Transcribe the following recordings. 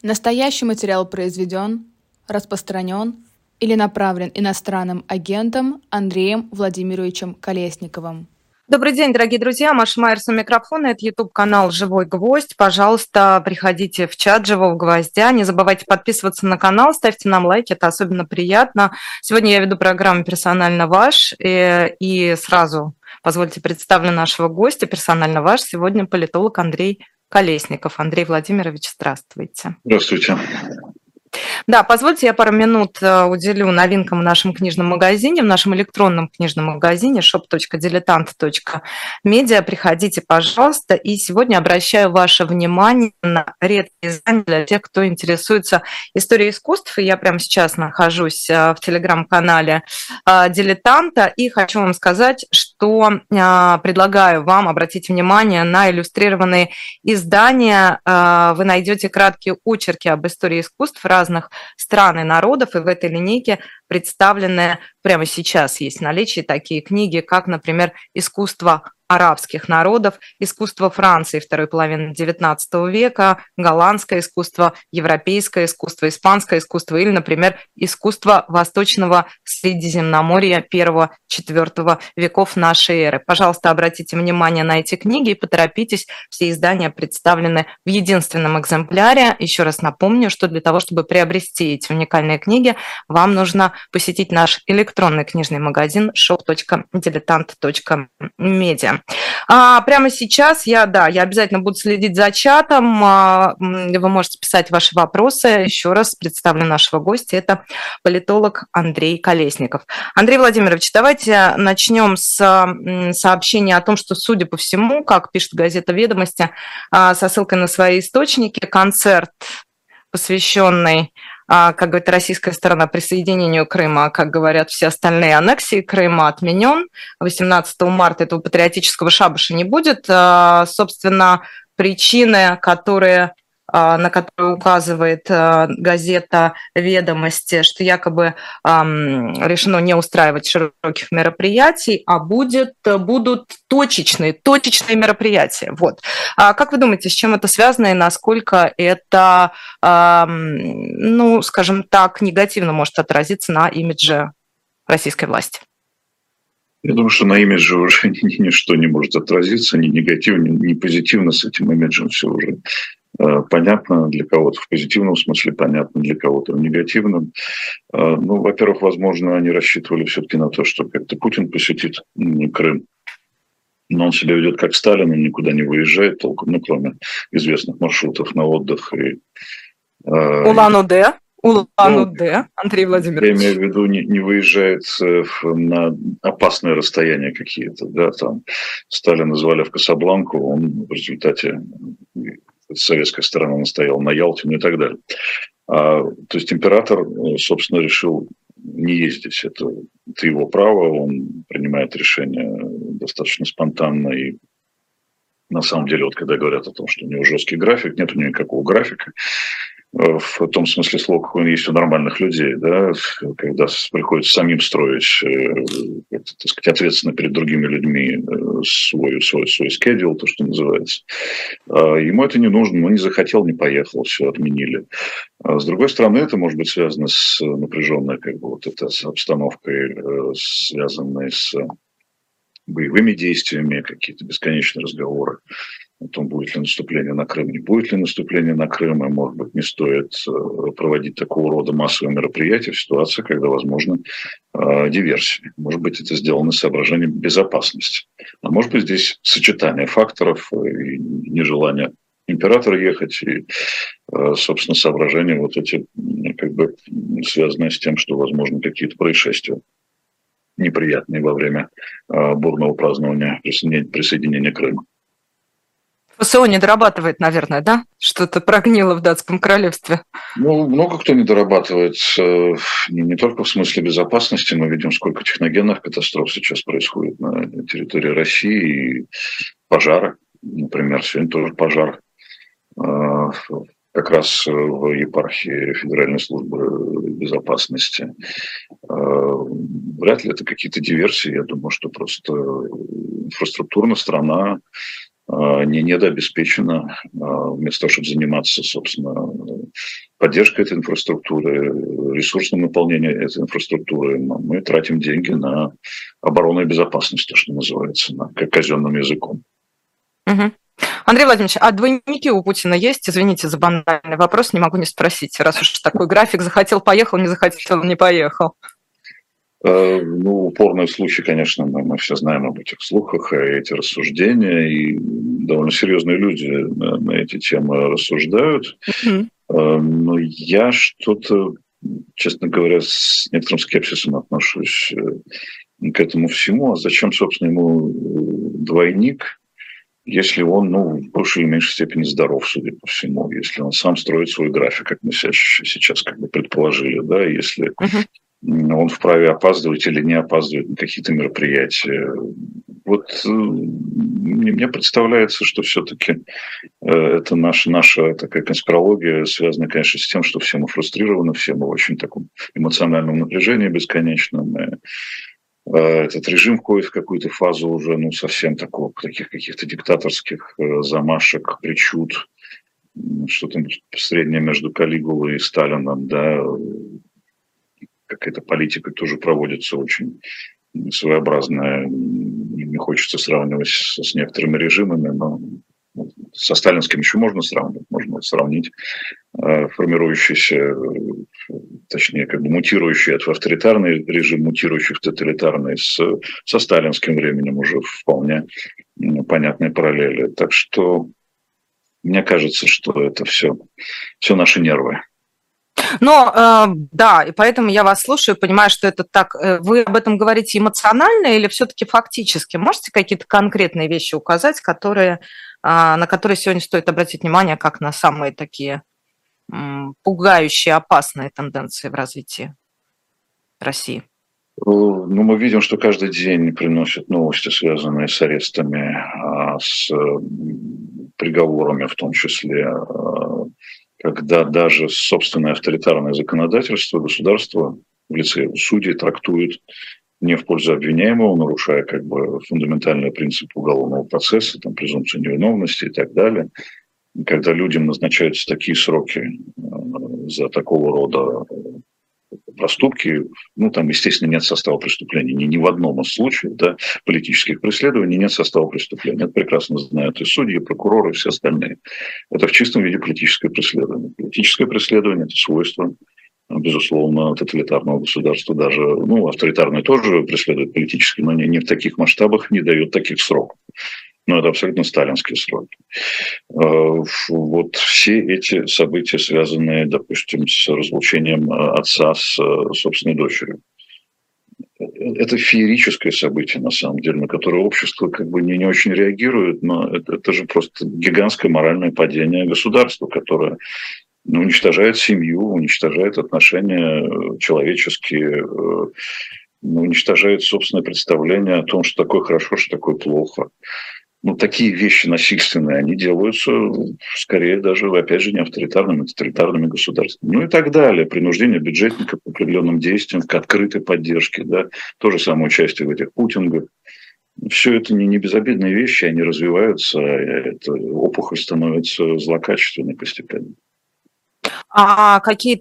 Настоящий материал произведен, распространен или направлен иностранным агентом Андреем Владимировичем Колесниковым. Добрый день, дорогие друзья. Маша Майерс у микрофона. Это YouTube-канал «Живой гвоздь». Пожалуйста, приходите в чат «Живого гвоздя». Не забывайте подписываться на канал, ставьте нам лайки, это особенно приятно. Сегодня я веду программу «Персонально ваш». И сразу позвольте представлю нашего гостя «Персонально ваш». Сегодня политолог Андрей Колесников. Андрей Владимирович, здравствуйте. Здравствуйте. Да, позвольте, я пару минут уделю новинкам в нашем книжном магазине, в нашем электронном книжном магазине shop.diletant.media. Приходите, пожалуйста. И сегодня обращаю ваше внимание на редкие издания для тех, кто интересуется историей искусств. И я прямо сейчас нахожусь в телеграм-канале «Дилетанта». И хочу вам сказать, что предлагаю вам обратить внимание на иллюстрированные издания. Вы найдете краткие очерки об истории искусств разных стран и народов, и в этой линейке представлены прямо сейчас есть в наличии такие книги, как, например, «Искусство арабских народов», «Искусство Франции второй половины XIX века», «Голландское искусство», «Европейское искусство», «Испанское искусство» или, например, «Искусство Восточного Средиземноморья I-IV веков нашей эры». Пожалуйста, обратите внимание на эти книги и поторопитесь. Все издания представлены в единственном экземпляре. Еще раз напомню, что для того, чтобы приобрести эти уникальные книги, вам нужно посетить наш электронный книжный магазин shop.diletant.media. Прямо сейчас я обязательно буду следить за чатом. Вы можете писать ваши вопросы. Еще раз представлю нашего гостя. Это политолог Андрей Колесников. Андрей Владимирович, давайте начнем с сообщения о том, что, судя по всему, как пишет газета «Ведомости», со ссылкой на свои источники, концерт, посвященный, как говорит российская сторона, присоединению Крыма, как говорят все остальные, аннексии Крыма, отменен. 18 марта этого патриотического шабаша не будет. Собственно, причины, на которые указывает газета «Ведомости», что якобы решено не устраивать широких мероприятий, а будут точечные мероприятия. Вот. Как вы думаете, с чем это связано и насколько это, скажем так, негативно может отразиться на имидже российской власти? Я думаю, что на имидже уже ничто не может отразиться, ни негативно, ни позитивно. С этим имиджем все уже понятно для кого-то в позитивном смысле, понятно для кого-то в негативном. Во-первых, возможно, они рассчитывали все-таки на то, что как-то Путин посетит Крым. Но он себя ведет как Сталин, он никуда не выезжает толком, кроме известных маршрутов на отдых. Улан-Удэ, Андрей Владимирович. Я имею в виду, не выезжает на опасные расстояния какие-то. Да, там Сталина звали в Касабланку, он в результате... советская сторона настояла на Ялте, и так далее. То есть император, собственно, решил не ездить. Это его право, он принимает решение достаточно спонтанно. И на самом деле, вот когда говорят о том, что у него жесткий график, нет у него никакого графика. В том смысле слова, какой он есть у нормальных людей, да, когда приходится самим строить, так сказать, ответственно перед другими людьми свой schedule, то, что называется. Ему это не нужно, он не захотел, не поехал, все отменили. С другой стороны, это может быть связано с напряженной с обстановкой, связанной с боевыми действиями, какие-то бесконечные разговоры о том, будет ли наступление на Крым, не будет ли наступление на Крым, и, может быть, не стоит проводить такого рода массовые мероприятия в ситуации, когда возможна диверсия. Может быть, это сделано из соображений безопасности. А может быть, здесь сочетание факторов и нежелание императора ехать, и, собственно, соображения вот эти, связанные с тем, что, возможно, какие-то происшествия неприятные во время бурного празднования присоединения Крыма. ФСО не дорабатывает, наверное, да? Что-то прогнило в датском королевстве. Много кто не дорабатывает. Не только в смысле безопасности. Мы видим, сколько техногенных катастроф сейчас происходит на территории России. И пожары. Например, сегодня тоже пожар. Как раз в епархии Федеральной службы безопасности. Вряд ли это какие-то диверсии. Я думаю, что просто инфраструктурно страна недообеспечено. Вместо того, чтобы заниматься, собственно, поддержкой этой инфраструктуры, ресурсным наполнением этой инфраструктуры, мы тратим деньги на оборону и безопасность, то, что называется, как казенным языком. Угу. Андрей Владимирович, а двойники у Путина есть? Извините за банальный вопрос, не могу не спросить. Раз уж такой график, захотел – поехал, не захотел – не поехал. Упорные случаи, конечно, мы все знаем об этих слухах, эти рассуждения, и довольно серьезные люди на эти темы рассуждают. Но я что-то, честно говоря, с некоторым скепсисом отношусь к этому всему. А зачем, собственно, ему двойник, если он, в большей или меньшей степени здоров, судя по всему, если он сам строит свой график, как мы сейчас предположили, да, если он вправе опаздывать или не опаздывать на какие-то мероприятия. Вот мне представляется, что все-таки это наша такая конспирология, связана, конечно, с тем, что все мы фрустрированы, все мы в очень таком эмоциональном напряжении бесконечном. Этот режим входит в какую-то фазу уже, совсем таких каких-то диктаторских замашек, причуд, что-то среднее между Калигулой и Сталином, да, какая-то политика тоже проводится очень своеобразная. Не хочется сравнивать с некоторыми режимами, но со сталинским еще можно сравнить формирующийся, точнее, мутирующий от авторитарный режим, мутирующий в тоталитарный со сталинским временем уже вполне понятные параллели. Так что мне кажется, что это все наши нервы. Но да, и поэтому я вас слушаю, понимаю, что это так. Вы об этом говорите эмоционально или все-таки фактически? Можете какие-то конкретные вещи указать, на которые сегодня стоит обратить внимание, как на самые такие пугающие, опасные тенденции в развитии России? Мы видим, что каждый день приносят новости, связанные с арестами, с приговорами в том числе, когда даже собственное авторитарное законодательство государства в лице судей трактует не в пользу обвиняемого, нарушая фундаментальный принцип уголовного процесса, презумпцию невиновности и так далее. Когда людям назначаются такие сроки за такого рода проступки, естественно, нет состава преступления. Ни в одном из случаев, да, политических преследований нет состава преступления. Это прекрасно знают и судьи, и прокуроры, и все остальные. Это в чистом виде политическое преследование. Политическое преследование – это свойство, безусловно, тоталитарного государства. Даже, авторитарное тоже преследует политически, но не в таких масштабах, не дает таких сроков. Но это абсолютно сталинские сроки. Вот все эти события, связанные, допустим, с разлучением отца с собственной дочерью. Это феерическое событие, на самом деле, на которое общество не очень реагирует, но это же просто гигантское моральное падение государства, которое уничтожает семью, уничтожает отношения человеческие, уничтожает собственное представление о том, что такое хорошо, что такое плохо. Такие вещи насильственные, они делаются скорее даже, опять же, не авторитарными, а тоталитарными государствами. И так далее. Принуждение бюджетников к определенным действиям, к открытой поддержке, да, то же самое участие в этих путингах. Все это не безобидные вещи, они развиваются, эта опухоль становится злокачественной постепенно. А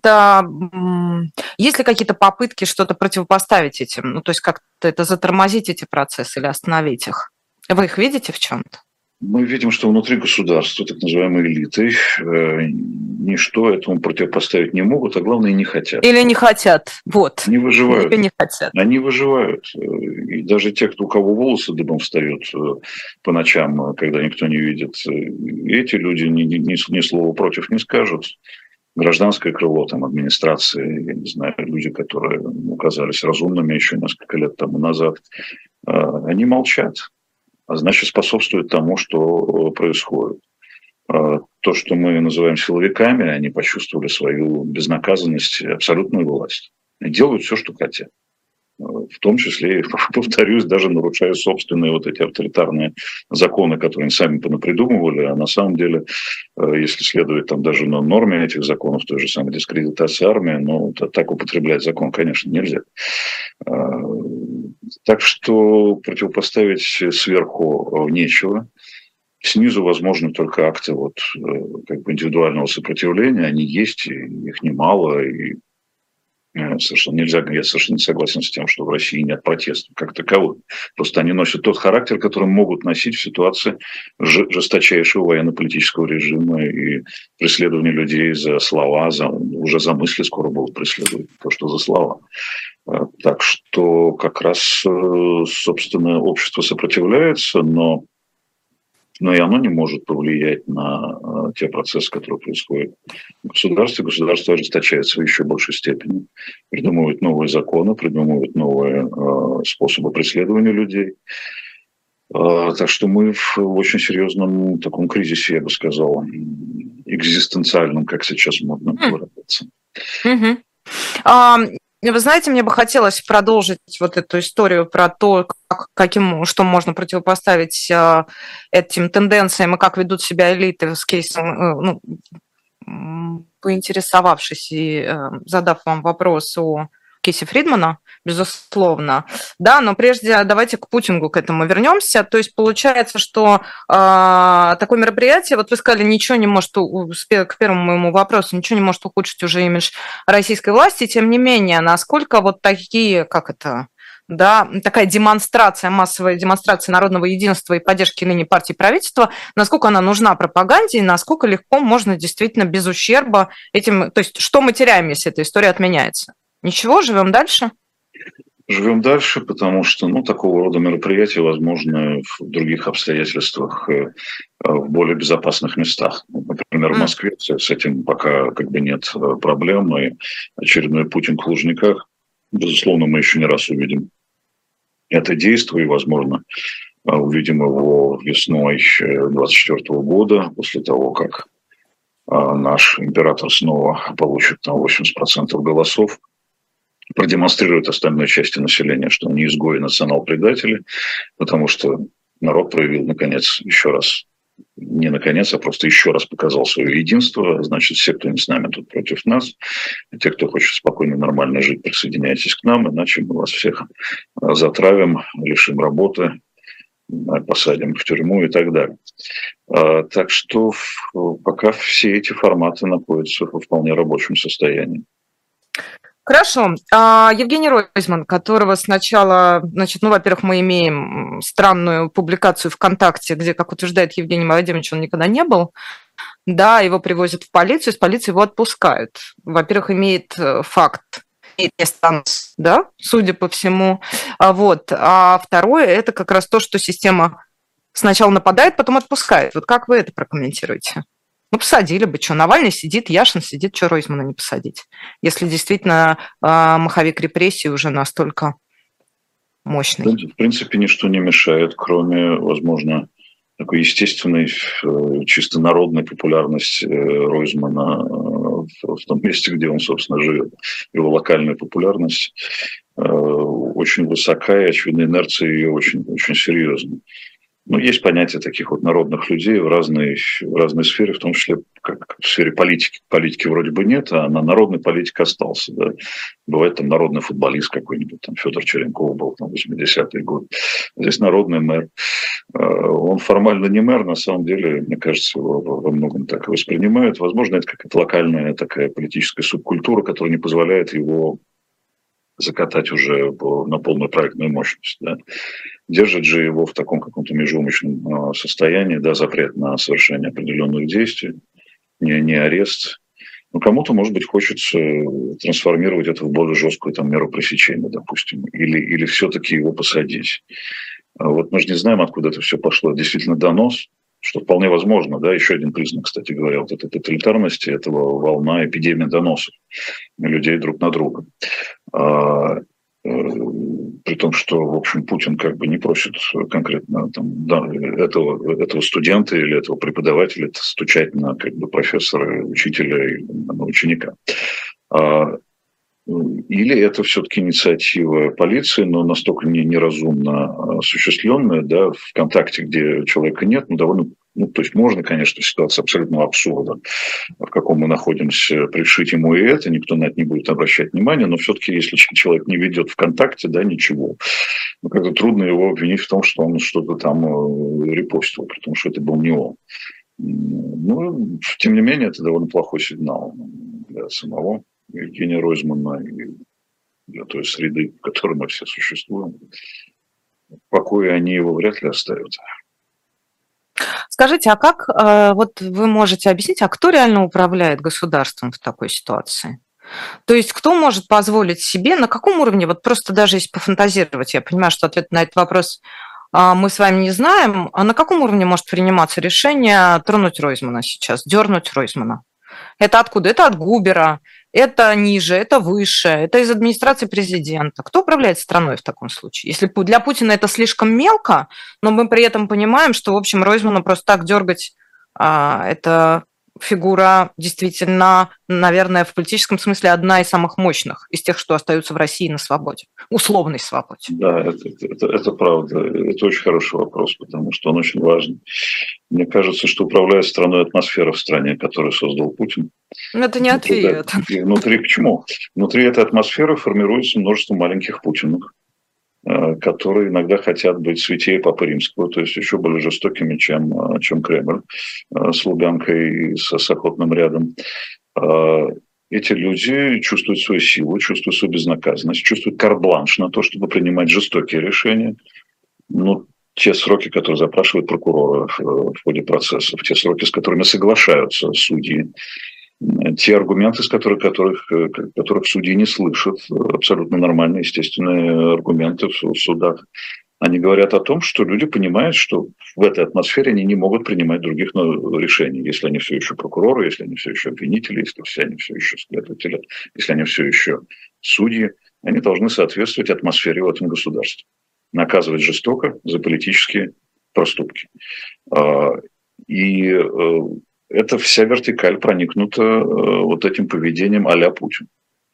есть ли какие-то попытки что-то противопоставить этим? То есть как-то это затормозить эти процессы или остановить их? Вы их видите в чем-то? Мы видим, что внутри государства, так называемой элиты, ничто этому противопоставить не могут, а главное, не хотят. Или не хотят. Вот. Они выживают. Или не хотят. Они выживают. И даже те, у кого волосы дыбом встают по ночам, когда никто не видит, эти люди ни слова против не скажут. Гражданское крыло, администрации, я не знаю, люди, которые оказались разумными еще несколько лет тому назад, они молчат. А значит, способствует тому, что происходит. То, что мы называем силовиками, они почувствовали свою безнаказанность и абсолютную власть. И делают все, что хотят. В том числе, повторюсь, даже нарушая собственные эти авторитарные законы, которые они сами понапридумывали. А на самом деле, если следовать даже на норме этих законов, той же самой дискредитации армии, так употреблять закон, конечно, нельзя. Так что противопоставить сверху нечего. снизу возможны только акты как бы индивидуального сопротивления, они есть, и их немало, и совершенно нельзя, я совершенно не согласен с тем, что в России нет протестов как таковых. Просто они носят тот характер, который могут носить в ситуации жесточайшего военно-политического режима и преследования людей за слова, уже за мысли скоро будут преследовать, то, что за слова. Так что как раз, собственно, общество сопротивляется, но и оно не может повлиять на те процессы, которые происходят в государстве. Государство ожесточается в еще большей степени. Придумывают новые законы, придумывают новые способы преследования людей. Так что мы в очень серьезном таком кризисе, я бы сказал, экзистенциальном, как сейчас модно выражаться. Вы знаете, мне бы хотелось продолжить вот эту историю про то, что можно противопоставить этим тенденциям и как ведут себя элиты с кейсом, поинтересовавшись и задав вам вопрос о кейсе Фридмана, безусловно. Да, но прежде давайте к Путину, к этому вернемся. То есть получается, что такое мероприятие, вот вы сказали, ничего не может, к первому моему вопросу, ничего не может ухудшить уже имидж российской власти, тем не менее, насколько вот такие, такая демонстрация, массовая демонстрация народного единства и поддержки линии партии и правительства, насколько она нужна пропаганде и насколько легко можно действительно без ущерба этим... То есть что мы теряем, если эта история отменяется? Ничего, живем дальше? Живем дальше, потому что такого рода мероприятия возможны в других обстоятельствах, в более безопасных местах. Например, в Москве с этим пока нет проблем, и очередной Путин в Лужниках, безусловно, мы еще не раз увидим это действие, и, возможно, увидим его весной 2024 года, после того, как наш император снова получит 80% голосов, продемонстрирует остальной части населения, что они изгои, национал-предатели, потому что народ проявил, наконец, еще раз, не наконец, а просто еще раз показал свое единство. Значит, все, кто не с нами, тут против нас. Те, кто хочет спокойно, нормально жить, присоединяйтесь к нам, иначе мы вас всех затравим, лишим работы, посадим в тюрьму и так далее. Так что пока все эти форматы находятся во вполне рабочем состоянии. Хорошо. Евгений Ройзман, которого сначала, во-первых, мы имеем странную публикацию ВКонтакте, где, как утверждает Евгений Владимирович, он никогда не был. Да, его привозят в полицию, из полиции его отпускают. Во-первых, имеет факт, да, судя по всему. А второе, это как раз то, что система сначала нападает, потом отпускает. Вот как вы это прокомментируете? Посадили бы, что Навальный сидит, Яшин сидит, что Ройзмана не посадить? Если действительно маховик репрессий уже настолько мощный. В принципе, ничто не мешает, кроме, возможно, такой естественной, чисто народной популярности Ройзмана в том месте, где он, собственно, живет. Его локальная популярность очень высока, и, очевидно, инерция ее очень, очень серьезная. Есть понятие таких народных людей в разной сфере, в том числе как в сфере политики. Политики вроде бы нет, а на народной политике остался. Да. Бывает народный футболист какой-нибудь, Федор Черенков был в 80-е годы. Здесь народный мэр. Он формально не мэр, на самом деле, мне кажется, его во многом так и воспринимают. Возможно, это какая-то локальная такая политическая субкультура, которая не позволяет его закатать уже на полную проектную мощность. Да. Держит же его в таком каком-то межумочном состоянии, да, запрет на совершение определенных действий, не арест. Кому-то, может быть, хочется трансформировать это в более жесткую меру пресечения, допустим, или все-таки его посадить. Мы же не знаем, откуда это все пошло. Действительно, донос, что вполне возможно, да, еще один признак, кстати говоря, этой тоталитарности, этого волна эпидемии доносов людей друг на друга. При том, что, в общем, Путин не просит конкретно этого студента или этого преподавателя стучать на профессора, учителя или на ученика. Или это все-таки инициатива полиции, но настолько неразумно осуществленная, да, в контакте, где человека нет, довольно Ну, то есть можно, конечно, ситуация абсолютного абсурда, в каком мы находимся, пришить ему и это, никто на это не будет обращать внимания, но все-таки, если человек не ведет ВКонтакте, да, ничего, ну, как-то трудно его обвинить в том, что он что-то там репостил, потому что это был не он. Ну, тем не менее, это довольно плохой сигнал для самого Евгения Ройзмана и для той среды, в которой мы все существуем. В покое они его вряд ли оставят. Скажите, а как вот вы можете объяснить, а кто реально управляет государством в такой ситуации? То есть кто может позволить себе, на каком уровне, вот просто даже если пофантазировать, я понимаю, что ответ на этот вопрос мы с вами не знаем, а на каком уровне может приниматься решение тронуть Ройзмана сейчас, дернуть Ройзмана? Это откуда? Это от Губера, это ниже, это выше, это из администрации президента. Кто управляет страной в таком случае? Если для Путина это слишком мелко, но мы при этом понимаем, что, в общем, Ройзмана просто так дергать, это фигура действительно, наверное, в политическом смысле одна из самых мощных из тех, что остаются в России на свободе, условной свободе. Да, это правда. Это очень хороший вопрос, потому что он очень важный. Мне кажется, что управляет страной атмосфера в стране, которую создал Путин. Но это не ответ. И внутри почему? Внутри этой атмосферы формируется множество маленьких Путиных, которые иногда хотят быть святее Папы Римского, то есть еще более жестокими, чем Кремль, с Лубянкой и с охотным рядом. Эти люди чувствуют свою силу, чувствуют свою безнаказанность, чувствуют карт-бланш на то, чтобы принимать жестокие решения. Ну, те сроки, которые запрашивают прокуроры в ходе процессов, те сроки, с которыми соглашаются судьи, те аргументы, которых судьи не слышат, абсолютно нормальные, естественные аргументы в судах, они говорят о том, что люди понимают, что в этой атмосфере они не могут принимать других решений, если они все еще прокуроры, если они все еще обвинители, если они все еще следователи, если они все еще судьи, они должны соответствовать атмосфере в этом государстве, наказывать жестоко за политические проступки. И эта вся вертикаль проникнута вот этим поведением а-ля Путин.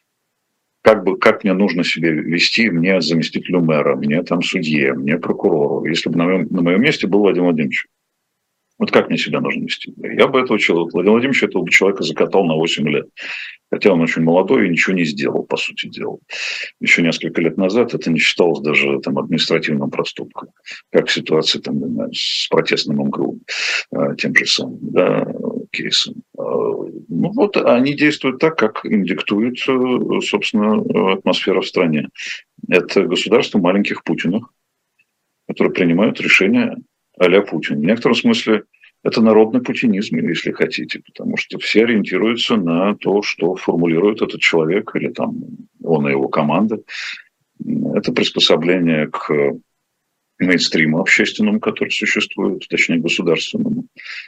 Как мне нужно себя вести, мне заместителю мэра, мне там судье, мне прокурору, если бы на моем месте был Владимир Владимирович. Вот как мне себя нужно вести? Я бы этого человека, Владимир Владимирович, этого бы человека закатал на 8 лет. Хотя он очень молодой и ничего не сделал, по сути дела. Еще несколько лет назад это не считалось даже там, административным проступком, как ситуация там, с протестным МГУ, тем же самым кейсом. Ну вот они действуют так, как им диктует, собственно, атмосфера в стране. Это государство маленьких Путиных, которые принимают решения а-ля Путин. В некотором смысле это народный путинизм, если хотите, потому что все ориентируются на то, что формулирует этот человек или там он и его команда. Это приспособление к мейнстриму общественному, который существует, точнее государственному.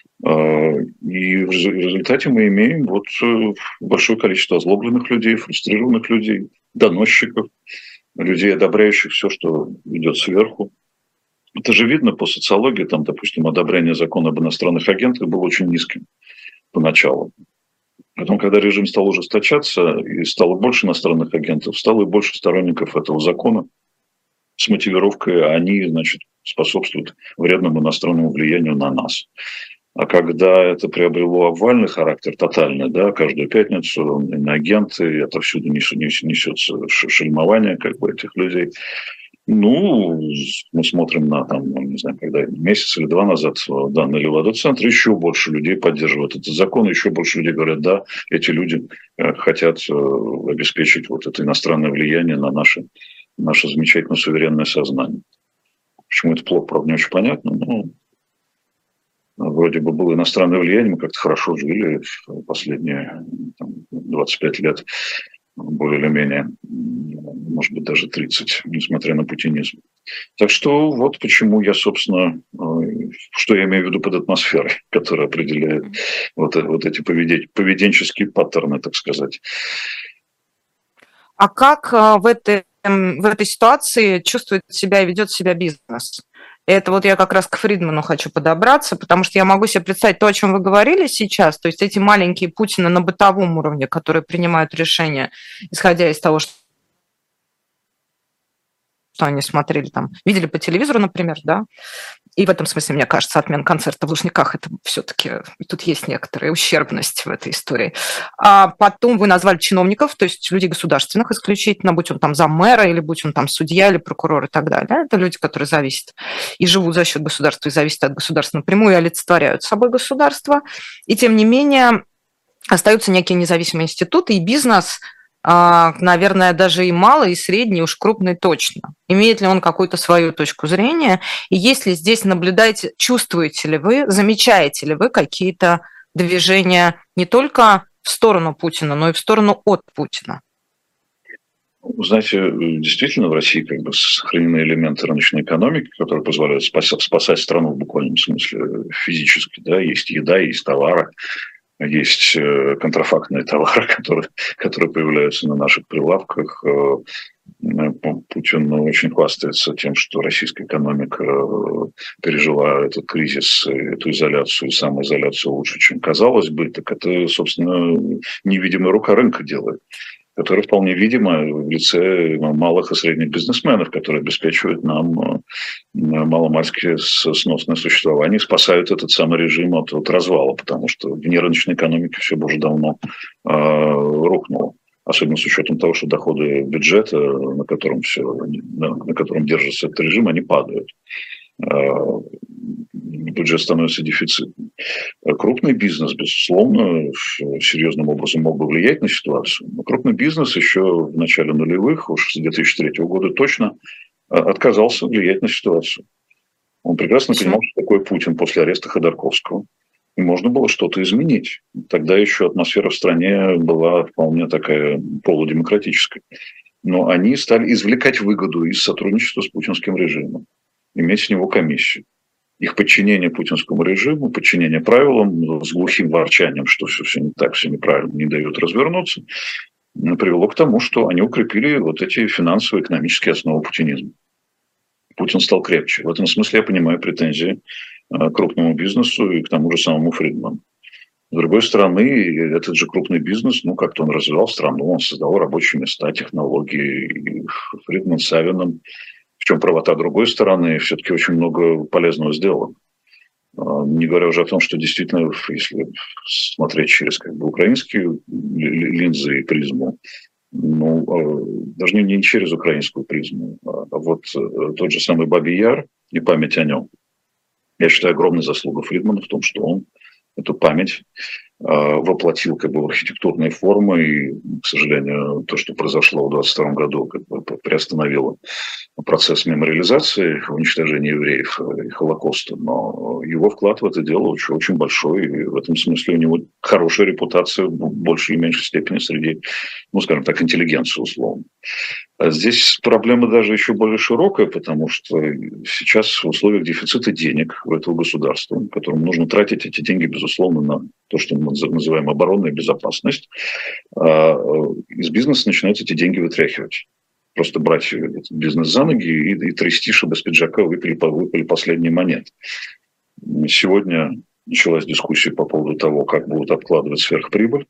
И в результате мы имеем вот большое количество озлобленных людей, фрустрированных людей, доносчиков, людей, одобряющих все, что идет сверху. Это же видно по социологии, там, допустим, одобрение закона об иностранных агентах было очень низким поначалу. Потом, когда режим стал ужесточаться и стало больше иностранных агентов, стало и больше сторонников этого закона с мотивировкой, они, значит, способствуют вредному иностранному влиянию на нас. А когда это приобрело обвальный характер, тотальный, да, каждую пятницу иноагенты, отовсюду несется шельмование как бы этих людей. Ну, мы смотрим на, там, не знаю, когда месяц или два назад данные Левада-центра, еще больше людей поддерживают этот закон, еще больше людей говорят, да, эти люди хотят обеспечить вот это иностранное влияние на наше замечательное суверенное сознание. Почему это плохо, правда, не очень понятно, но вроде бы было иностранное влияние, мы как-то хорошо жили в последние 25 лет, более или менее, может быть, даже 30, несмотря на путинизм. Так что вот почему я, собственно, что я имею в виду под атмосферой, которая определяет вот эти поведенческие паттерны, так сказать. А как в этой ситуации чувствует себя и ведет себя бизнес? Это вот я как раз к Фридману хочу подобраться, потому что я могу себе представить то, о чем вы говорили сейчас, то есть эти маленькие Путины на бытовом уровне, которые принимают решения, исходя из того, что что они смотрели там, видели по телевизору, например, да. И в этом смысле, мне кажется, отмена концерта в Лужниках, это все-таки, тут есть некоторая ущербность в этой истории. А потом вы назвали чиновников, то есть людей государственных исключительно, будь он там заммэра, или будь он там судья, или прокурор и так далее. Это люди, которые зависят и живут за счет государства, и зависят от государства напрямую, и олицетворяют собой государство. И тем не менее остаются некие независимые институты, и бизнес, наверное, даже и малый, и средний, уж крупный точно. Имеет ли он какую-то свою точку зрения? И если здесь наблюдаете, чувствуете ли вы, замечаете ли вы какие-то движения не только в сторону Путина, но и в сторону от Путина? Знаете, действительно в России как бы сохранены элементы рыночной экономики, которые позволяют спасать страну в буквальном смысле физически. Да? Есть еда, есть товары. Есть контрафактные товары, которые появляются на наших прилавках. Путин очень хвастается тем, что российская экономика пережила этот кризис, эту изоляцию, самоизоляцию лучше, чем казалось бы. Так это, собственно, невидимая рука рынка делает, которая вполне видима в лице малых и средних бизнесменов, которые обеспечивают нам маломальски сносное существование, спасают этот самый режим от развала, потому что вне рыночной экономики все бы уже давно рухнуло. Особенно с учетом того, что доходы бюджета, на котором держится этот режим, они падают. Бюджет становится дефицитным. Крупный бизнес, безусловно, серьезным образом мог бы влиять на ситуацию. Но крупный бизнес еще в начале нулевых, уж с 2003 года точно, отказался влиять на ситуацию. Он прекрасно понимал, что такое Путин после ареста Ходорковского. И можно было что-то изменить. Тогда еще атмосфера в стране была вполне такая полудемократическая. Но они стали извлекать выгоду из сотрудничества с путинским режимом, иметь с него комиссию. Их подчинение путинскому режиму, подчинение правилам с глухим ворчанием, что все не так, все неправильно, не дают развернуться, привело к тому, что они укрепили вот эти финансово-экономические основы путинизма. Путин стал крепче. В этом смысле я понимаю претензии к крупному бизнесу и к тому же самому Фридману. С другой стороны, этот же крупный бизнес, как-то он развивал страну, он создавал рабочие места, технологии. И Фридман с Савиным, в чем правота другой стороны, все-таки очень много полезного сделано. Не говоря уже о том, что действительно, если смотреть через украинские линзы и призму, даже не через украинскую призму, а вот тот же самый Бабий Яр и память о нем. Я считаю, огромной заслугой Фридмана в том, что он эту память воплотил в архитектурные формы. И, к сожалению, то, что произошло в 2022 году, приостановило процесс мемориализации, уничтожения евреев и Холокоста. Но его вклад в это дело очень большой. И в этом смысле у него хорошая репутация в большей или меньшей степени среди, скажем так, интеллигенции условно. А здесь проблема даже еще более широкая, потому что сейчас в условиях дефицита денег у этого государства, которому нужно тратить эти деньги, безусловно, на то, что мы называем оборонная безопасность, из бизнеса начинают эти деньги вытряхивать. Просто брать бизнес за ноги и трясти, чтобы из пиджака выпали последние монеты. Сегодня началась дискуссия по поводу того, как будут обкладывать сверхприбыль.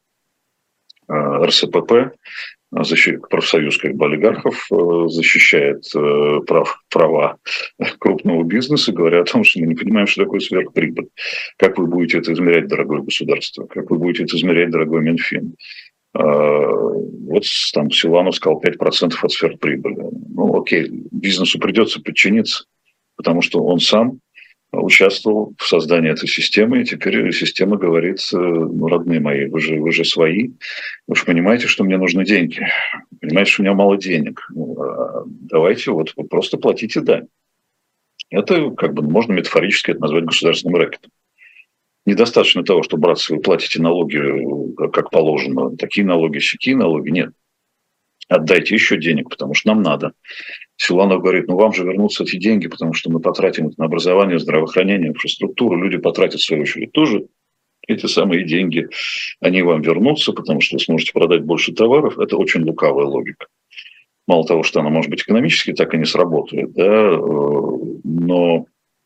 РСПП, профсоюз олигархов, защищает права крупного бизнеса, говоря о том, что мы не понимаем, что такое сверхприбыль. Как вы будете это измерять, дорогое государство? Как вы будете это измерять, дорогой Минфин? Вот там Силуанов сказал 5% от сверхприбыли. Окей, бизнесу придется подчиниться, потому что он сам участвовал в создании этой системы, и теперь система говорит: родные мои, вы же свои, вы же понимаете, что мне нужны деньги, понимаете, что у меня мало денег, давайте вы просто платите дань. Это можно метафорически это назвать государственным рэкетом. Недостаточно того, что, братцы, вы платите налоги как положено, такие налоги, сякие налоги, нет. Отдайте еще денег, потому что нам надо. Силуанов говорит: вам же вернутся эти деньги, потому что мы потратим это на образование, здравоохранение, инфраструктуру. Люди потратят, в свою очередь, тоже эти самые деньги. Они вам вернутся, потому что вы сможете продать больше товаров. Это очень лукавая логика. Мало того, что она, может быть, экономически так и не сработает, да, но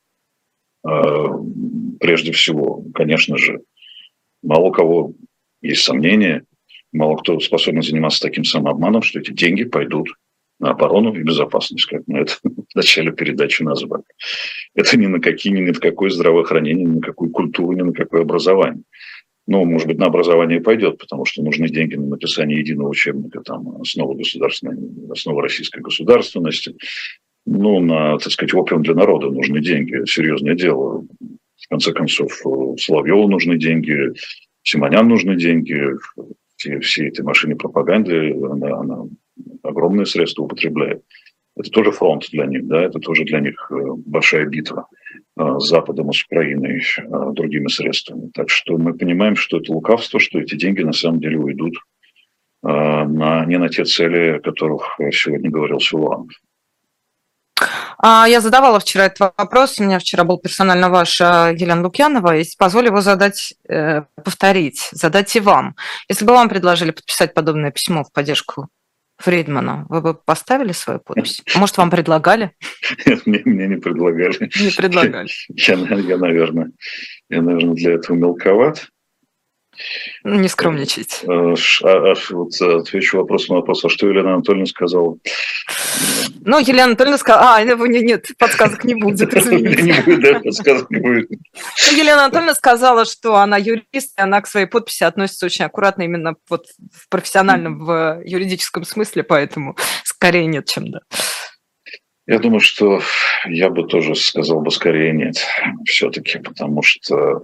прежде всего, конечно же, мало у кого есть сомнения, мало кто способен заниматься таким самообманом, что эти деньги пойдут на оборону и безопасность, как мы это в начале передачи назвали. Это ни на какое здравоохранение, ни на какую культуру, ни на какое образование. Ну, может быть, на образование пойдет, потому что нужны деньги на написание единого учебника, там, основы российской государственности. Ну, на, так сказать, опиум для народа нужны деньги, серьезное дело. В конце концов, Соловьеву нужны деньги, Симонян нужны деньги, все эти машины пропаганды, она огромные средства употребляет. Это тоже фронт для них, да, это тоже для них большая битва с Западом, с Украиной, другими средствами. Так что мы понимаем, что это лукавство, что эти деньги на самом деле уйдут не на те цели, о которых сегодня говорил Силуанов. Я задавала вчера этот вопрос, у меня вчера был персонально ваш Елена Лукьянова, и позволю его повторить, задать и вам. Если бы вам предложили подписать подобное письмо в поддержку Фридмана, вы бы поставили свою подпись? Может, вам предлагали? Нет, мне не предлагали. Не предлагали. Я, наверное, для этого мелковат. Не скромничайте. Вот отвечу вопросом на вопрос, а что Елена Анатольевна сказала? Ну, Елена Анатольевна сказала... нет, подсказок не будет, извините. Не будет, да, подсказок не будет. Елена Анатольевна сказала, что она юрист, и она к своей подписи относится очень аккуратно именно вот в профессиональном, в юридическом смысле, поэтому скорее нет, чем да. Я думаю, что я бы тоже сказал бы скорее нет, все-таки, потому что...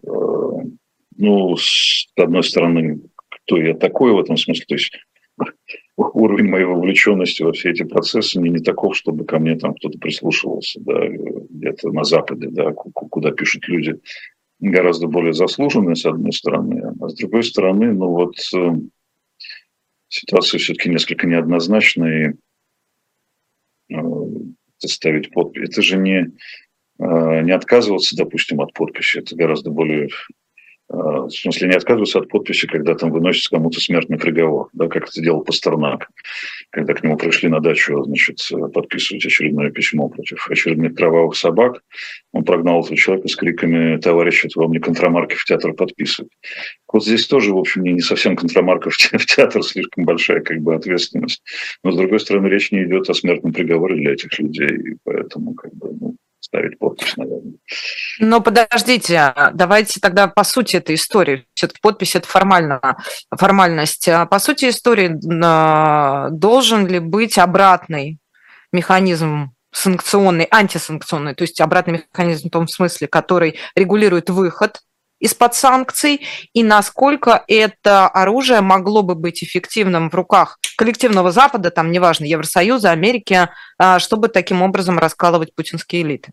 Ну, с одной стороны, кто я такой в этом смысле, то есть уровень моей вовлеченности во все эти процессы не таков, чтобы ко мне там кто-то прислушивался, да, где-то на Западе, да, куда пишут люди гораздо более заслуженные, с одной стороны, а с другой стороны, ну вот ситуация все-таки несколько неоднозначная, и ставить подпись, это же не отказываться, допустим, от подписи, это гораздо более... В смысле, не отказываться от подписи, когда там выносится кому-то смертный приговор, да, как это делал Пастернак, когда к нему пришли на дачу, значит, подписывать очередное письмо против очередных кровавых собак. Он прогнал этого человека с криками: «Товарищ, это вам не контрамарки в театр подписывать». Вот здесь тоже, в общем, не совсем контрамарка в театр, слишком большая как бы ответственность. Но, с другой стороны, речь не идет о смертном приговоре для этих людей, и поэтому как бы, ставить подпись, наверное. Но подождите, давайте тогда по сути этой истории. Все-таки подпись – это формальность. По сути истории, должен ли быть обратный механизм санкционный, антисанкционный, то есть обратный механизм в том смысле, который регулирует выход из-под санкций, и насколько это оружие могло бы быть эффективным в руках коллективного Запада, там, неважно, Евросоюза, Америки, чтобы таким образом раскалывать путинские элиты?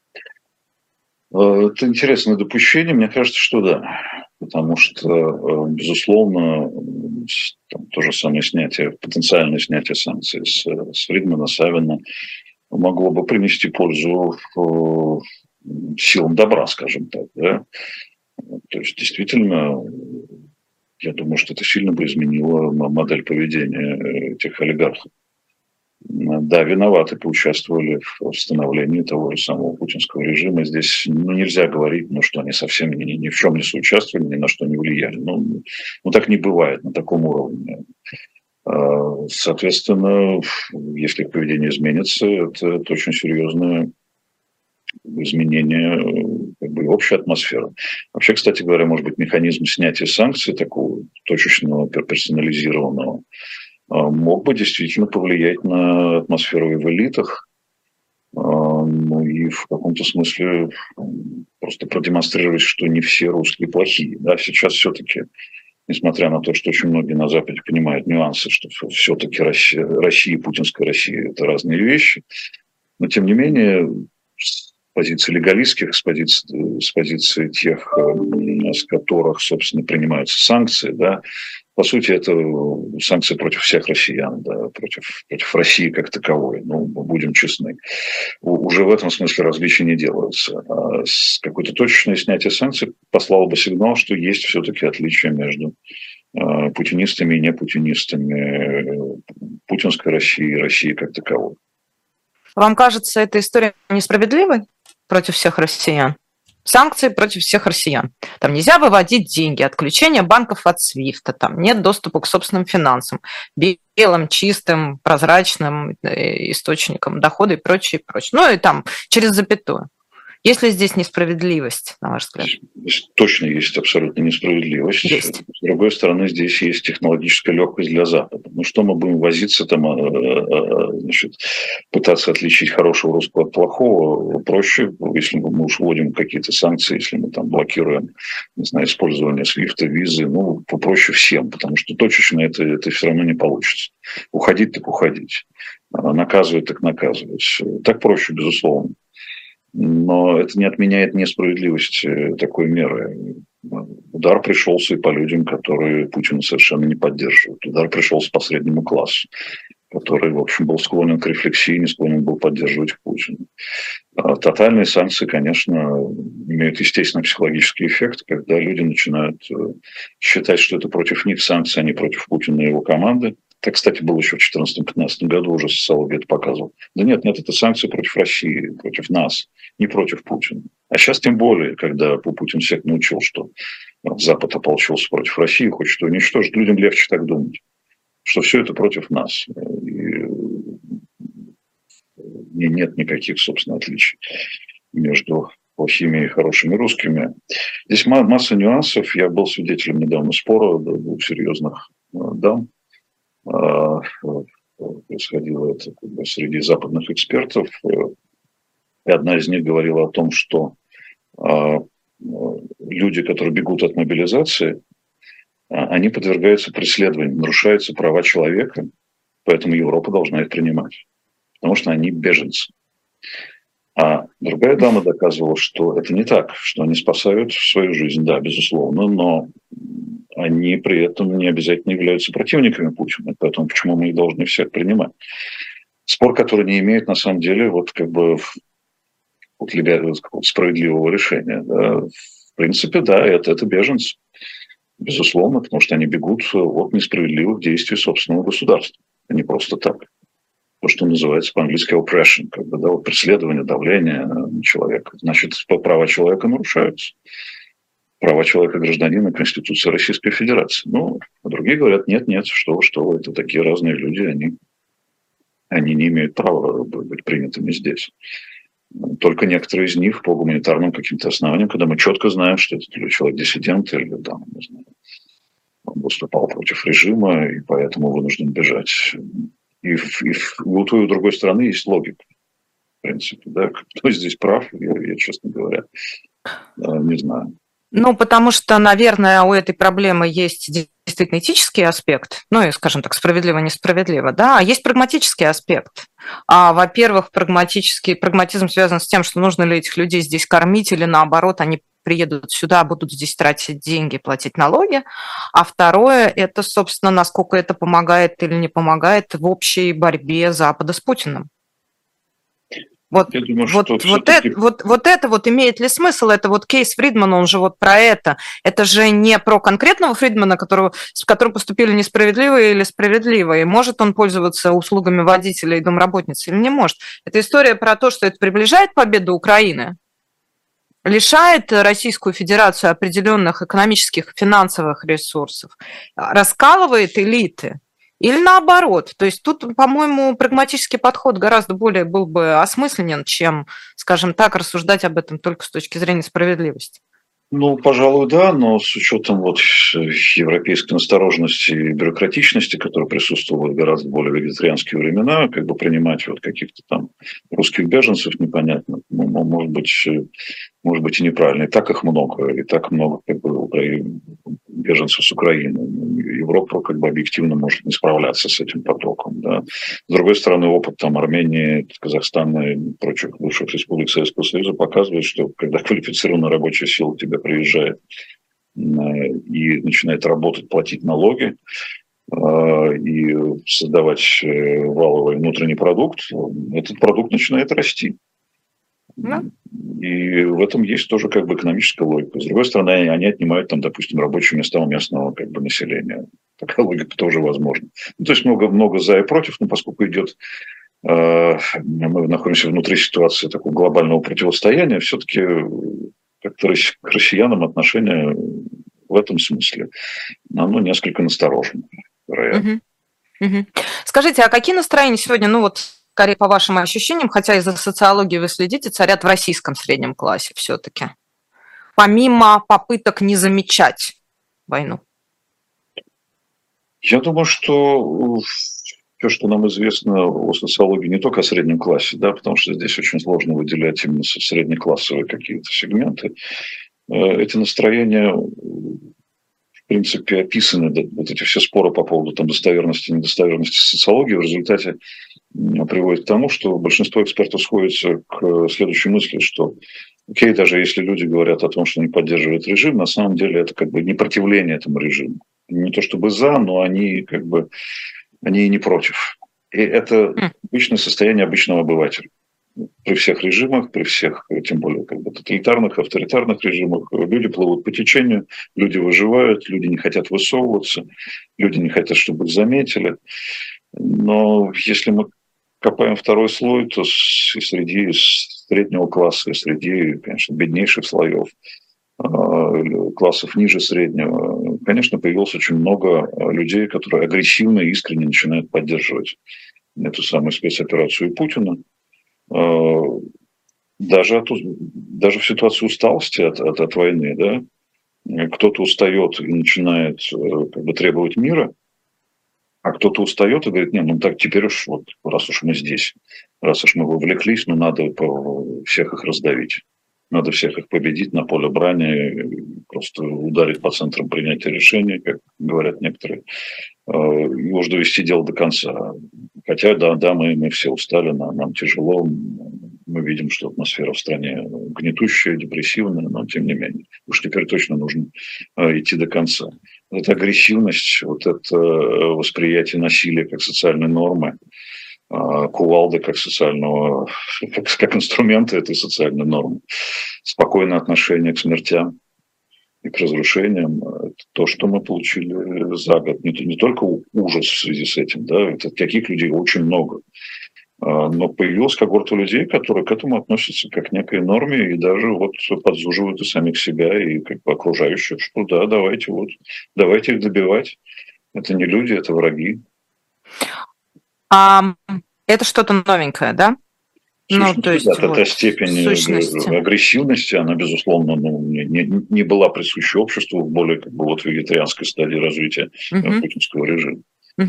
Это интересное допущение. Мне кажется, что да. Потому что, безусловно, там, то же самое потенциальное снятие санкций с Фридмана, Савина могло бы принести пользу силам добра, скажем так. Да? То есть, действительно, я думаю, что это сильно бы изменило модель поведения этих олигархов. Да, виноваты, поучаствовали в становлении того же самого путинского режима. Здесь нельзя говорить, что они совсем ни в чем не соучаствовали, ни на что не влияли. Так не бывает на таком уровне. Соответственно, если их поведение изменится, это очень серьезное изменение как бы общей атмосферы. Вообще, кстати говоря, может быть, механизм снятия санкций, такого точечного, персонализированного, мог бы действительно повлиять на атмосферу и в элитах, и в каком-то смысле просто продемонстрировать, что не все русские плохие. Да? Сейчас все-таки, несмотря на то, что очень многие на Западе понимают нюансы, что все-таки Россия и путинская Россия – это разные вещи, но тем не менее с позиции легалистских, с позиции тех, с которых, собственно, принимаются санкции, да, по сути, это санкции против всех россиян, да, против России как таковой. Будем честны. Уже в этом смысле различия не делаются. А какое-то точечное снятие санкций послало бы сигнал, что есть все-таки отличия между путинистами и непутинистами путинской России и России как таковой. Вам кажется, эта история несправедливой против всех россиян? Санкции против всех россиян. Там нельзя выводить деньги, отключение банков от свифта, там нет доступа к собственным финансам, белым, чистым, прозрачным источникам дохода и прочее, прочее. Ну и там через запятую. Есть ли здесь несправедливость, на ваш взгляд? Здесь точно есть абсолютно несправедливость. Есть. С другой стороны, здесь есть технологическая легкость для Запада. Ну что мы будем возиться там, значит, пытаться отличить хорошего русского от плохого? Проще, если мы уж вводим какие-то санкции, если мы там блокируем, не знаю, использование свифта, визы, ну, попроще всем, потому что точечно это все равно не получится. Уходить так уходить. Наказывать так наказывать. Так проще, безусловно. Но это не отменяет несправедливость такой меры. Удар пришелся и по людям, которые Путина совершенно не поддерживают. Удар пришелся по среднему классу, который, в общем, был склонен к рефлексии, не склонен был поддерживать Путина. Тотальные санкции, конечно, имеют естественно психологический эффект, когда люди начинают считать, что это против них санкции, а не против Путина и его команды. Так, кстати, было еще в 2014-2015 году, уже социология это показывал. Да нет, это санкции против России, против нас, не против Путина. А сейчас тем более, когда Путин всех научил, что Запад ополчился против России, хочет ее уничтожить, людям легче так думать, что все это против нас. И нет никаких, собственно, отличий между плохими и хорошими русскими. Здесь масса нюансов. Я был свидетелем недавно спора двух серьезных дам. Происходило это среди западных экспертов. И одна из них говорила о том, что люди, которые бегут от мобилизации, они подвергаются преследованию, нарушаются права человека, поэтому Европа должна их принимать, потому что они беженцы. А другая дама доказывала, что это не так, что они спасают свою жизнь, да, безусловно, но они при этом не обязательно являются противниками Путина, поэтому почему мы их должны всех принимать? Спор, который не имеет, на самом деле, справедливого решения. Да. В принципе, да, это беженцы, безусловно, потому что они бегут от несправедливых действий собственного государства, а не просто так. То, что называется по-английски oppression, преследование, давление на человека. Значит, права человека нарушаются. Права человека гражданина, Конституция Российской Федерации. Ну, а другие говорят, нет, что вы, это такие разные люди, они не имеют права быть принятыми здесь. Только некоторые из них по гуманитарным каким-то основаниям, когда мы четко знаем, что это человек-диссидент или, там, не знаю, он выступал против режима и поэтому вынужден бежать. И у той и у другой стороны есть логика, в принципе. Да? Кто здесь прав, я, честно говоря, не знаю. Ну, потому что, наверное, у этой проблемы есть действительно этический аспект, ну и, скажем так, справедливо-несправедливо, да, а есть прагматический аспект. Во-первых, прагматизм связан с тем, что нужно ли этих людей здесь кормить, или наоборот, они приедут сюда, будут здесь тратить деньги, платить налоги. А второе, это, собственно, насколько это помогает или не помогает в общей борьбе Запада с Путиным. Вот это имеет ли смысл? Это кейс Фридмана, он же про это. Это же не про конкретного Фридмана, с которым поступили несправедливо или справедливо. И может он пользоваться услугами водителя и домработницы или не может. Это история про то, что это приближает победу Украины, лишает Российскую Федерацию определенных экономических, финансовых ресурсов, раскалывает элиты. Или наоборот. То есть тут, по-моему, прагматический подход гораздо более был бы осмысленен, чем, скажем так, рассуждать об этом только с точки зрения справедливости. Ну, пожалуй, да, но с учетом европейской настороженности и бюрократичности, которая присутствовала в гораздо более вегетарианские времена, принимать каких-то там русских беженцев непонятно, может быть и неправильно. И так их много, беженцев с Украины. Европа объективно может не справляться с этим потоком. Да. С другой стороны, опыт Армении, Казахстана и прочих бывших республик Советского Союза показывает, что когда квалифицированная рабочая сила к тебе приезжает и начинает работать, платить налоги и создавать валовый внутренний продукт, этот продукт начинает расти. Да. И в этом есть тоже экономическая логика. С другой стороны, они отнимают допустим, рабочие места у местного населения. Такая логика тоже возможна. То есть много за и против, но поскольку мы находимся внутри ситуации такого глобального противостояния, все-таки как-то к россиянам отношение в этом смысле, оно несколько насторожено, вероятно. Скажите, а какие настроения сегодня, ну вот, скорее по вашим ощущениям, хотя из-за социологии вы следите, царят в российском среднем классе все-таки, помимо попыток не замечать войну? Я думаю, что все, что нам известно о социологии, не только о среднем классе, да, потому что здесь очень сложно выделять именно среднеклассовые какие-то сегменты, эти настроения, в принципе, описаны, да, вот эти все споры по поводу там, достоверности и недостоверности социологии в результате приводит к тому, что большинство экспертов сходится к следующей мысли, что окей, даже если люди говорят о том, что они поддерживают режим, на самом деле это как бы не противление этому режиму. Не то чтобы за, но они как бы они и не против. И это обычное состояние обычного обывателя. При всех режимах, при всех, тем более как бы тоталитарных, авторитарных режимах, люди плывут по течению, люди выживают, люди не хотят высовываться, люди не хотят, чтобы их заметили. Но если мы копаем второй слой, то среди среднего класса, и среди, конечно, беднейших слоев, классов ниже среднего, конечно, появилось очень много людей, которые агрессивно и искренне начинают поддерживать эту самую спецоперацию Путина. Даже в ситуации усталости от войны, да, кто-то устает и начинает как бы требовать мира, а кто-то устает и говорит, нет, ну так теперь уж, вот, раз уж мы здесь, раз уж мы вовлеклись, ну надо всех их раздавить. Надо всех их победить на поле брани, просто ударить по центрам принятия решений, как говорят некоторые, и уж довести дело до конца. Хотя, да, мы все устали, нам тяжело, мы видим, что атмосфера в стране гнетущая, депрессивная, но тем не менее. Уж теперь точно нужно идти до конца. Вот эта агрессивность, вот это восприятие насилия как социальной нормы, кувалды как социального, как инструмента этой социальной нормы, спокойное отношение к смертям и к разрушениям, это то, что мы получили за год. Не только ужас в связи с этим, да, это таких людей очень много, но появилась когорта людей, которые к этому относятся как к некой норме и даже вот подзуживают и самих себя, и как бы окружающих, что да, давайте их добивать. Это не люди, это враги. Это что-то новенькое, да? Ну, то есть, да, вот, эта степень агрессивности, она, безусловно, не была присуща обществу в более как бы, вот, вегетарианской стадии развития путинского режима.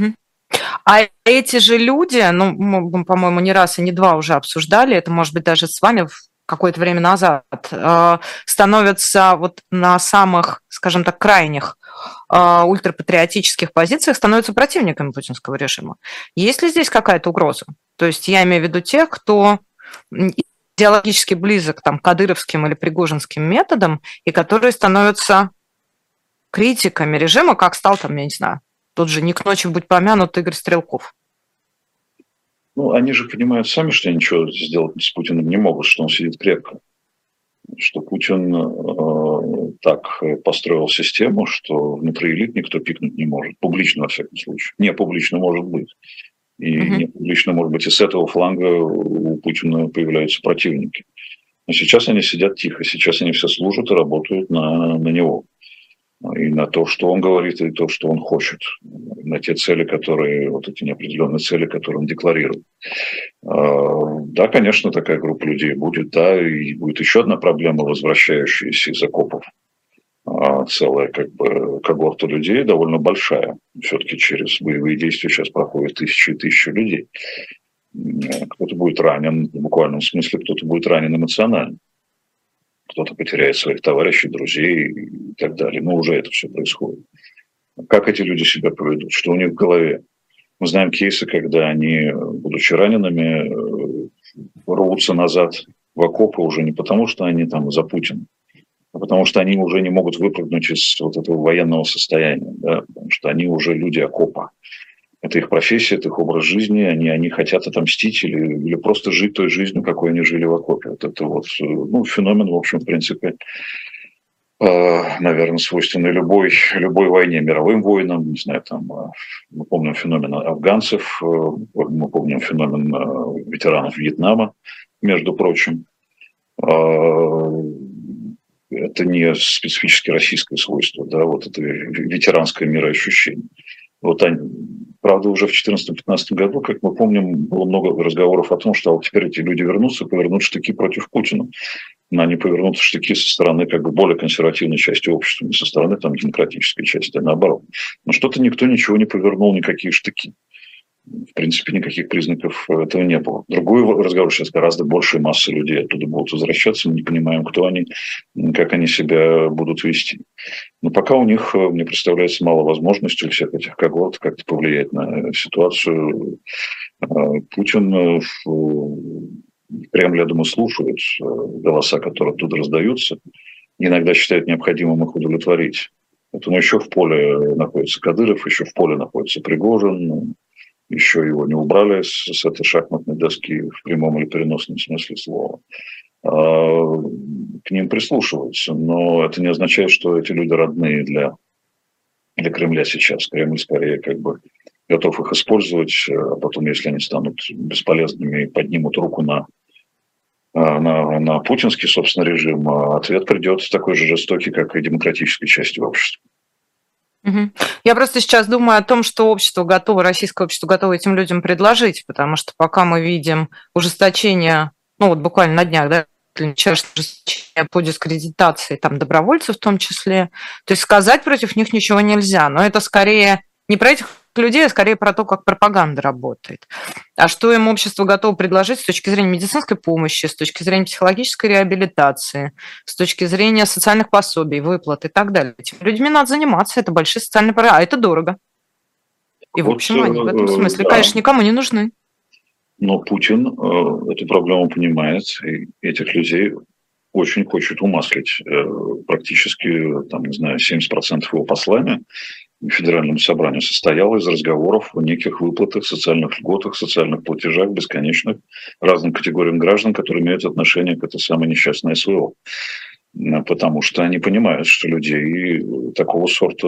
А эти же люди, ну, мы, по-моему, не раз и не два уже обсуждали, это, может быть, даже с вами какое-то время назад, становятся вот на самых, скажем так, крайних ультрапатриотических позициях, становятся противниками путинского режима. Есть ли здесь какая-то угроза? То есть я имею в виду тех, кто идеологически близок там, к кадыровским или пригожинским методам, и которые становятся критиками режима, как стал там, я не знаю, тот же не к ночи будь помянут Игорь Стрелков. Ну, они же понимают сами, что ничего сделать с Путиным не могут, что он сидит крепко. Что Путин так построил систему, что внутри элит никто пикнуть не может. Публично, во всяком случае. Не публично может быть. И не публично, может быть, и с этого фланга у Путина появляются противники. Но сейчас они сидят тихо. Сейчас они все служат и работают на него. И на то, что он говорит, и то, что он хочет. На те цели, которые, вот эти неопределенные цели, которые он декларирует. Да, конечно, такая группа людей будет, да, и будет еще одна проблема, возвращающаяся из окопов. Целая как бы когорта людей, довольно большая. Все-таки через боевые действия сейчас проходят тысячи и тысячи людей. Кто-то будет ранен в буквальном смысле, кто-то будет ранен эмоционально. Кто-то потеряет своих товарищей, друзей и так далее. Но уже это все происходит. Как эти люди себя поведут? Что у них в голове? Мы знаем кейсы, когда они, будучи ранеными, рвутся назад в окопы уже не потому, что они там за Путина, а потому что они уже не могут выпрыгнуть из вот этого военного состояния, да? Потому что они уже люди окопа. Это их профессия, это их образ жизни, они хотят отомстить или просто жить той жизнью, какой они жили в окопе. Вот это вот, ну, феномен, в общем, в принципе, наверное, свойственный любой войне, мировым войнам, не знаю, там, мы помним феномен афганцев, мы помним феномен ветеранов Вьетнама, между прочим. это не специфически российское свойство, да, вот это ветеранское мироощущение. Вот они, правда, уже в 2014-2015 году, как мы помним, было много разговоров о том, что вот теперь эти люди вернутся, повернут штыки против Путина. Но они повернут штыки со стороны как бы более консервативной части общества, не со стороны там демократической части, а наоборот. Но что-то никто ничего не повернул, никакие штыки. В принципе, никаких признаков этого не было. Другой разговор сейчас гораздо большая масса людей оттуда будут возвращаться. Мы не понимаем, кто они, как они себя будут вести. Но пока у них, мне представляется, мало возможностей у всех этих когорт как-то повлиять на ситуацию. Путин в Кремле, я думаю, слушают голоса, которые оттуда раздаются. Иногда считают необходимым их удовлетворить. Это, еще в поле находится Кадыров, еще в поле находится Пригожин. Еще его не убрали с этой шахматной доски в прямом или переносном смысле слова. К ним прислушиваются, но это не означает, что эти люди родные для Кремля сейчас. Кремль скорее как бы готов их использовать, а потом, если они станут бесполезными, поднимут руку на путинский, собственно, режим, ответ придет такой же жестокий, как и демократической части общества. Я просто сейчас думаю о том, что российское общество готово этим людям предложить, потому что пока мы видим ужесточение, вот буквально на днях, да, ужесточение по дискредитации там добровольцев в том числе, то есть сказать против них ничего нельзя, но это скорее не про этих людей, а скорее про то, как пропаганда работает. А что им общество готово предложить с точки зрения медицинской помощи, с точки зрения психологической реабилитации, с точки зрения социальных пособий, выплат и так далее. Этими людьми надо заниматься, это большие социальные программы, а это дорого. И, в общем, они в этом смысле, да, конечно, никому не нужны. Но Путин эту проблему понимает, и этих людей очень хочет умаслить. Практически, там, не знаю, 70% его послания Федеральному собранию состояло из разговоров о неких выплатах, социальных льготах, социальных платежах бесконечных разным категориям граждан, которые имеют отношение к этой самой несчастной СВО. Потому что они понимают, что людей такого сорта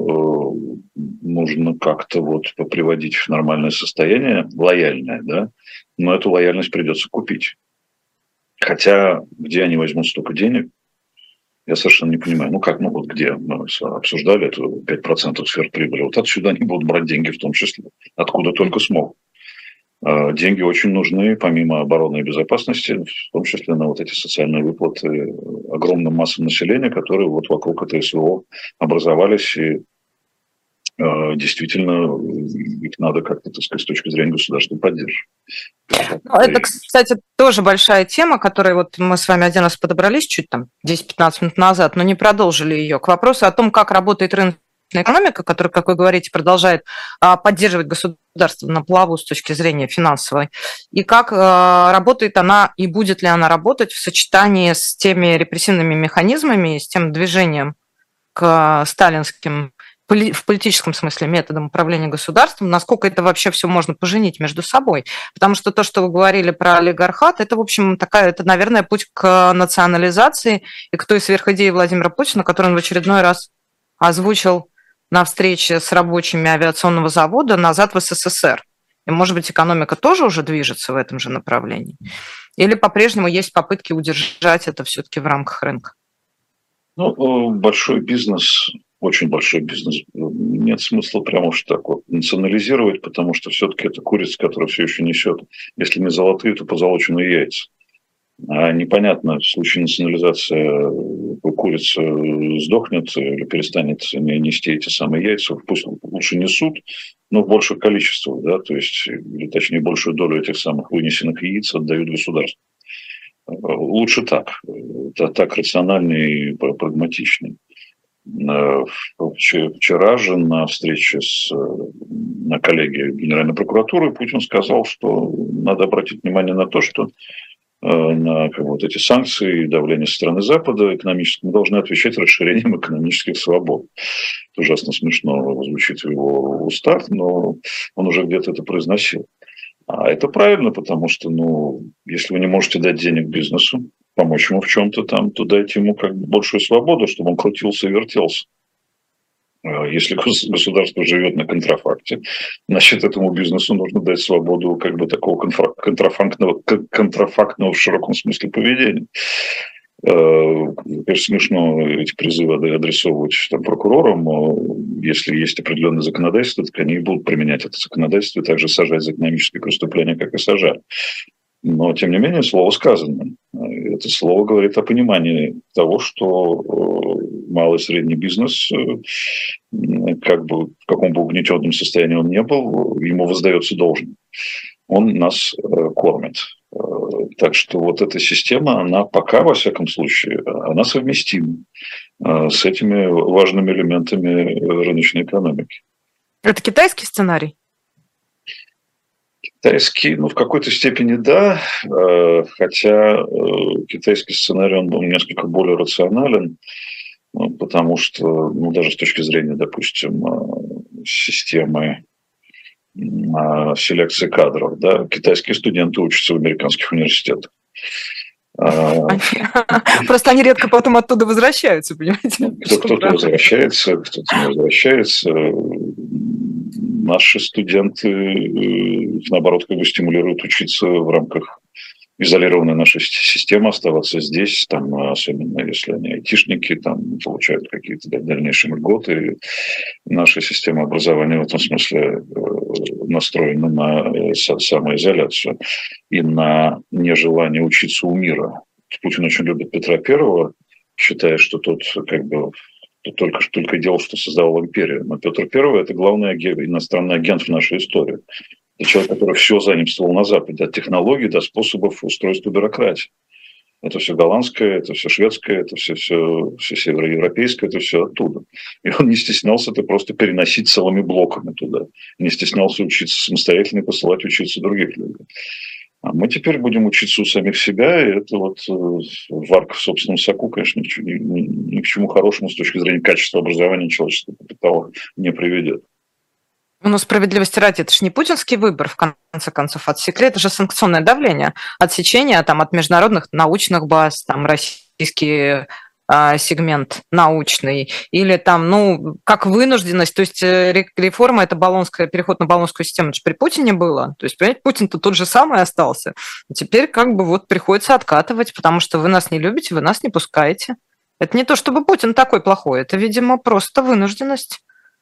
нужно как-то вот приводить в нормальное состояние, лояльное, да, но эту лояльность придется купить. Хотя где они возьмут столько денег, я совершенно не понимаю. Вот где мы обсуждали эту 5% сверхприбыли. Вот отсюда они будут брать деньги в том числе, откуда только смогут. Деньги очень нужны, помимо обороны и безопасности, в том числе на вот эти социальные выплаты огромным массам населения, которые вот вокруг этой СВО образовались, и действительно их надо как-то, так сказать, с точки зрения государства поддерживать. Это, кстати, тоже большая тема, которой вот мы с вами один раз подобрались чуть там 10-15 минут назад, но не продолжили ее. К вопросу о том, как работает рыночная экономика, которая, как вы говорите, продолжает поддерживать государство на плаву с точки зрения финансовой, и как работает она и будет ли она работать в сочетании с теми репрессивными механизмами, с тем движением к сталинским в политическом смысле методом управления государством, насколько это вообще все можно поженить между собой. Потому что то, что вы говорили про олигархат, это, в общем, это, наверное, путь к национализации и к той сверхидее Владимира Путина, которую он в очередной раз озвучил на встрече с рабочими авиационного завода назад в СССР. И, может быть, экономика тоже уже движется в этом же направлении? Или по-прежнему есть попытки удержать это все-таки в рамках рынка? Большой бизнес, очень большой бизнес. Нет смысла прямо уж так вот национализировать, потому что все-таки это курица, которая все еще несет, если не золотые, то позолоченные яйца. А непонятно, в случае национализации курица сдохнет или перестанет нести эти самые яйца, пусть лучше несут, но в больших количествах, да, то есть, или точнее, большую долю этих самых вынесенных яиц отдают государству. Лучше так. Это так рациональнее и прагматичнее. Вчера же на встрече на коллегии Генеральной прокуратуры Путин сказал, что надо обратить внимание на то, что на вот эти санкции и давление со стороны Запада экономически мы должны отвечать расширением экономических свобод. Это ужасно смешно звучит в его устах, но он уже где-то это произносил. А это правильно, потому что, если вы не можете дать денег бизнесу, помочь ему в чем-то там, то дайте ему как бы большую свободу, чтобы он крутился и вертелся. Если государство живет на контрафакте, значит, этому бизнесу нужно дать свободу как бы такого контрафактного в широком смысле поведения. Конечно, смешно эти призывы адресовывать там, прокурорам, но если есть определенное законодательство, так они будут применять это законодательство и также сажать за экономические преступления, как и сажали. Но, тем не менее, слово сказано. Это слово говорит о понимании того, что малый и средний бизнес, как бы, в каком бы угнетенном состоянии он не был, ему воздается должное. Он нас кормит. Так что вот эта система, она пока, во всяком случае, она совместима с этими важными элементами рыночной экономики. Это китайский сценарий? Китайский, в какой-то степени да, хотя китайский сценарий, он был несколько более рационален, потому что, даже с точки зрения, допустим, системы селекции кадров, да, китайские студенты учатся в американских университетах. Просто они редко потом оттуда возвращаются, понимаете? Кто-то возвращается, кто-то не возвращается. Наши студенты, наоборот, как бы стимулируют учиться в рамках изолированной нашей системы, оставаться здесь, там, особенно если они айтишники, там, получают какие-то дальнейшие льготы. Наша система образования в этом смысле настроена на самоизоляцию и на нежелание учиться у мира. Путин очень любит Петра Первого, считая, что тот как бы только делал, что создавал империю. Но Петр Первый – это главный иностранный агент в нашей истории. Это человек, который все заимствовал на Западе, от технологий до способов устройства бюрократии. Это все голландское, это все шведское, это все североевропейское, это все оттуда. И он не стеснялся это просто переносить целыми блоками туда. Не стеснялся учиться самостоятельно и посылать учиться других людей. А мы теперь будем учиться у самих себя, и это вот варка в собственном соку, конечно, ни к чему хорошему с точки зрения качества образования человеческого капитала не приведет. Но справедливости ради, это же не путинский выбор, в конце концов, отсекли, это же санкционное давление, отсечение там, от международных научных баз, там, российский сегмент научный, или там, как вынужденность, то есть реформа, это переход на болонскую систему, это же при Путине было, то есть, понимаете, Путин-то тот же самый остался, и теперь как бы вот приходится откатывать, потому что вы нас не любите, вы нас не пускаете. Это не то, чтобы Путин такой плохой, это, видимо, просто вынужденность.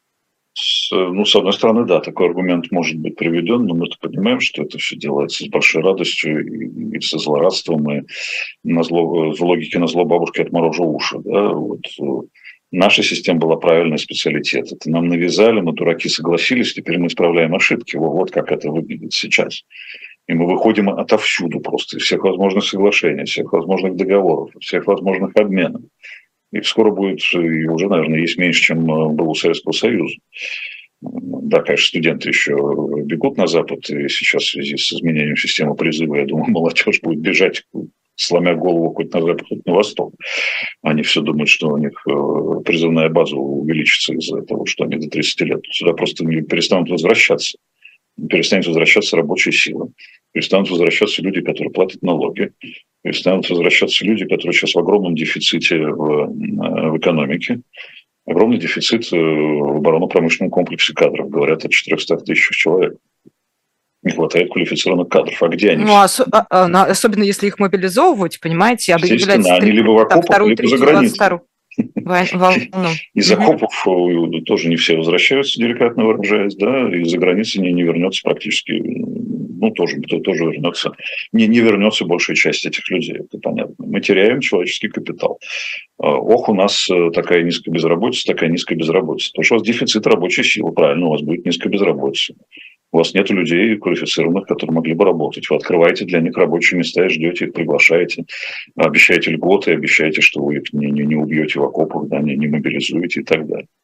С одной стороны, да, такой аргумент может быть приведен, но мы-то понимаем, что это все делается с большой радостью и со злорадством, и в логике на зло бабушки отморожу уши. Да? Вот. Наша система была правильный специалитет. Это нам навязали, мы, дураки, согласились, теперь мы исправляем ошибки. Вот как это выглядит сейчас. И мы выходим отовсюду просто, из всех возможных соглашений, всех возможных договоров, всех возможных обменов. И скоро будет, и уже, наверное, есть меньше, чем было у Советского Союза. Да, конечно, студенты еще бегут на Запад, и сейчас в связи с изменением системы призыва, я думаю, молодежь будет бежать, сломя голову хоть на Запад, хоть на Восток. Они все думают, что у них призывная база увеличится из-за того, что они до 30 лет сюда просто не перестанут возвращаться. Перестанет возвращаться рабочая сила, перестанут возвращаться люди, которые платят налоги, перестанут возвращаться люди, которые сейчас в огромном дефиците в экономике. Огромный дефицит в оборонно-промышленном комплексе кадров. Говорят о 400 тысячах человек. Не хватает квалифицированных кадров. А где они? Особенно если их мобилизовывать, понимаете, естественно, они либо в окопах, либо за границей. Из окопов тоже не все возвращаются, деликатно выражаясь, да, и за границей не вернется практически, тоже вернется, не вернется большая часть этих людей, это понятно. Мы теряем человеческий капитал. У нас такая низкая безработица, потому что у вас дефицит рабочей силы, правильно, у вас будет низкая безработица. У вас нет людей квалифицированных, которые могли бы работать. Вы открываете для них рабочие места и ждете их, приглашаете, обещаете льготы, обещаете, что вы их не убьете в окопах, да, не мобилизуете и так далее.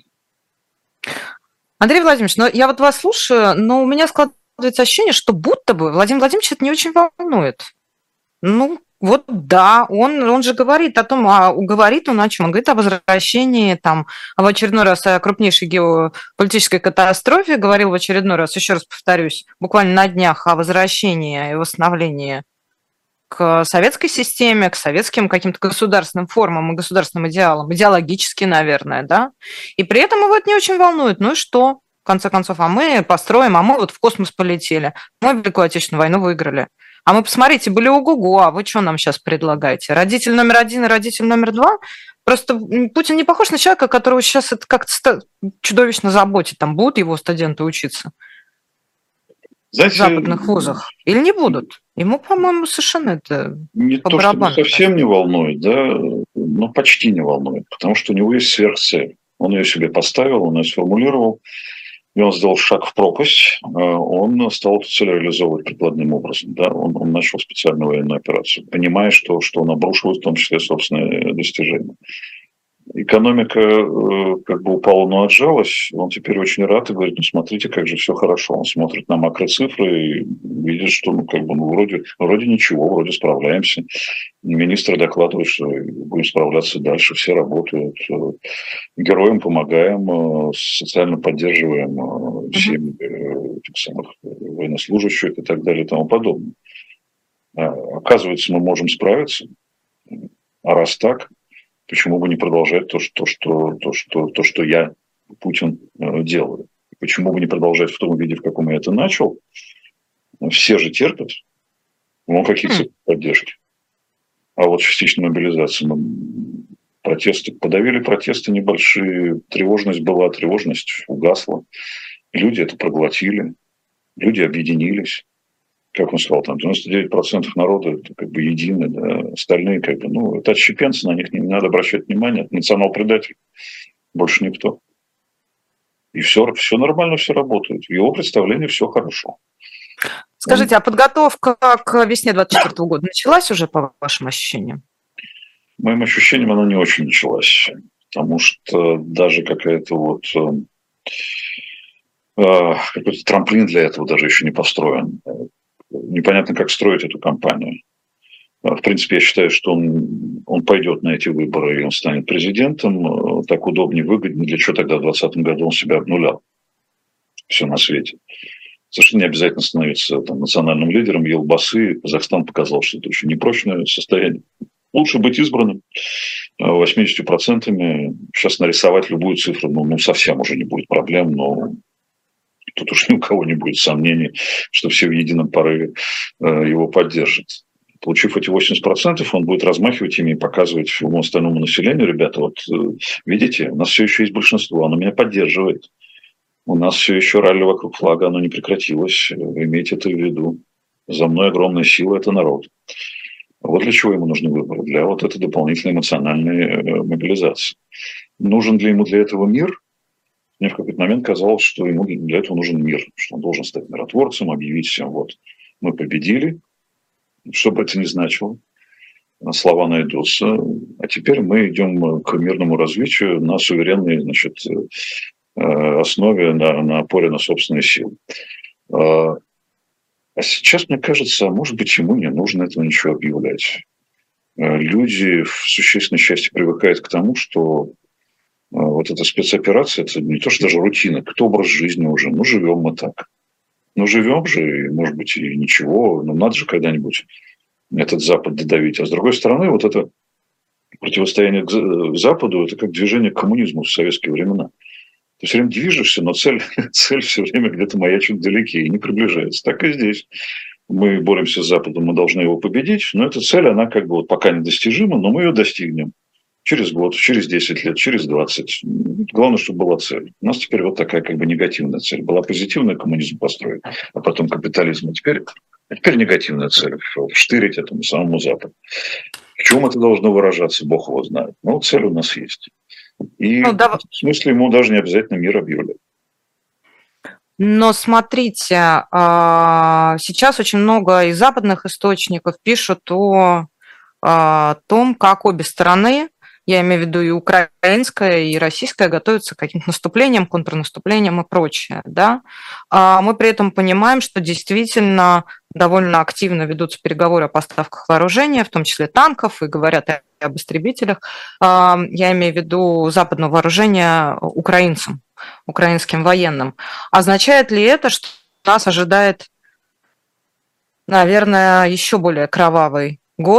Андрей Владимирович, я вот вас слушаю, но у меня складывается ощущение, что будто бы Владимир Владимирович это не очень волнует. Вот да, он же говорит о том, говорит он о чем? Он говорит о возвращении, в очередной раз о крупнейшей геополитической катастрофе, говорил в очередной раз, еще раз повторюсь, буквально на днях о возвращении и восстановлении к советской системе, к советским каким-то государственным формам и государственным идеалам, идеологически, наверное, да, и при этом его это не очень волнует. Ну и что? В конце концов, мы построим, мы вот в космос полетели, мы Великую Отечественную войну выиграли. А мы, посмотрите, были ого-го, а вы что нам сейчас предлагаете? Родитель номер 1 и родитель номер 2? Просто Путин не похож на человека, которого сейчас это как-то чудовищно заботит. Там будут его студенты учиться в западных вузах или не будут? Ему, по-моему, совершенно это не по то, барабану. что совсем не волнует, да, но почти не волнует, потому что у него есть сверхцель. Он ее себе поставил, он ее сформулировал, и он сделал шаг в пропасть, он стал эту цель реализовывать прикладным образом. Да? Он начал специальную военную операцию, понимая, что он обрушивает в том числе собственные достижения. Экономика как бы упала, но отжалась. Он теперь очень рад и говорит, ну смотрите, как же все хорошо. Он смотрит на макроцифры и видит, что вроде ничего, вроде справляемся. Министр докладывает, что будем справляться дальше, все работают. Героям помогаем, социально поддерживаем семьи этих самых военнослужащих и так далее и тому подобное. Оказывается, мы можем справиться. А раз так, почему бы не продолжать то, что я, Путин, делаю? Почему бы не продолжать в том виде, в каком я это начал? Все же терпят. Ну, какие цифры поддержки? А вот частичная мобилизация. Протесты. Подавили протесты небольшие. Тревожность была, тревожность угасла. Люди это проглотили. Люди объединились. Как он сказал, там 99% народа это как бы едины, да, остальные как бы, ну, это отщепенцы, на них не надо обращать внимание, это национал-предатель, больше никто. И все нормально, все работает. В его представлении все хорошо. Скажите, а подготовка к весне 2024 года началась уже, по вашим ощущениям? Моим ощущениям, она не очень началась, потому что даже какой-то трамплин для этого даже еще не построен. Непонятно, как строить эту кампанию. В принципе, я считаю, что он пойдет на эти выборы, и он станет президентом. Так удобнее, выгоднее. Для чего тогда в 2020 году он себя обнулял? Все на свете. Совершенно не обязательно становиться там национальным лидером, ел басы. Казахстан показал, что это очень непрочное состояние. Лучше быть избранным 80%. Сейчас нарисовать любую цифру, ну совсем уже не будет проблем, но тут уж ни у кого не будет сомнений, что все в едином порыве его поддержат. Получив эти 80%, он будет размахивать ими и показывать всему остальному населению: ребята, вот видите, у нас все еще есть большинство, оно меня поддерживает. У нас все еще ралли вокруг флага, оно не прекратилось. Имейте это в виду. За мной огромная сила – это народ. Вот для чего ему нужны выборы. Для вот этой дополнительной эмоциональной мобилизации. Нужен ли ему для этого мир? Мне в какой-то момент казалось, что ему для этого нужен мир, что он должен стать миротворцем, объявить всем: вот, мы победили, что бы это ни значило, слова найдутся, а теперь мы идем к мирному развитию на суверенной, значит, основе, на опоре на собственные силы. А сейчас, мне кажется, может быть, ему не нужно этого ничего объявлять. Люди в существенной части привыкают к тому, что вот эта спецоперация, это не то, что даже рутина, это образ жизни уже. Ну, живем мы так. Ну, живем же, может быть, и ничего, но надо же когда-нибудь этот Запад додавить. А с другой стороны, вот это противостояние к Западу, это как движение к коммунизму в советские времена. Ты все время движешься, но цель все время где-то маячит вдалеке и не приближается. Так и здесь. Мы боремся с Западом, мы должны его победить, но эта цель, она как бы вот пока недостижима, но мы ее достигнем. Через год, через 10 лет, через 20. Главное, чтобы была цель. У нас теперь вот такая как бы негативная цель. Была позитивная — коммунизм построить, а потом капитализм. А теперь негативная цель — вштырить этому самому Западу. В чем это должно выражаться, Бог его знает. Но цель у нас есть. И в этом смысле ему даже не обязательно мир объявлять. Но смотрите, сейчас очень много из западных источников пишут о том, как обе стороны, я имею в виду и украинская, и российская, готовятся к каким-то наступлениям, контрнаступлениям и прочее. Да? Мы при этом понимаем, что действительно довольно активно ведутся переговоры о поставках вооружения, в том числе танков, и говорят об истребителях. Я имею в виду западного вооружения украинцам, украинским военным. Означает ли это, что нас ожидает, наверное, еще более кровавый год,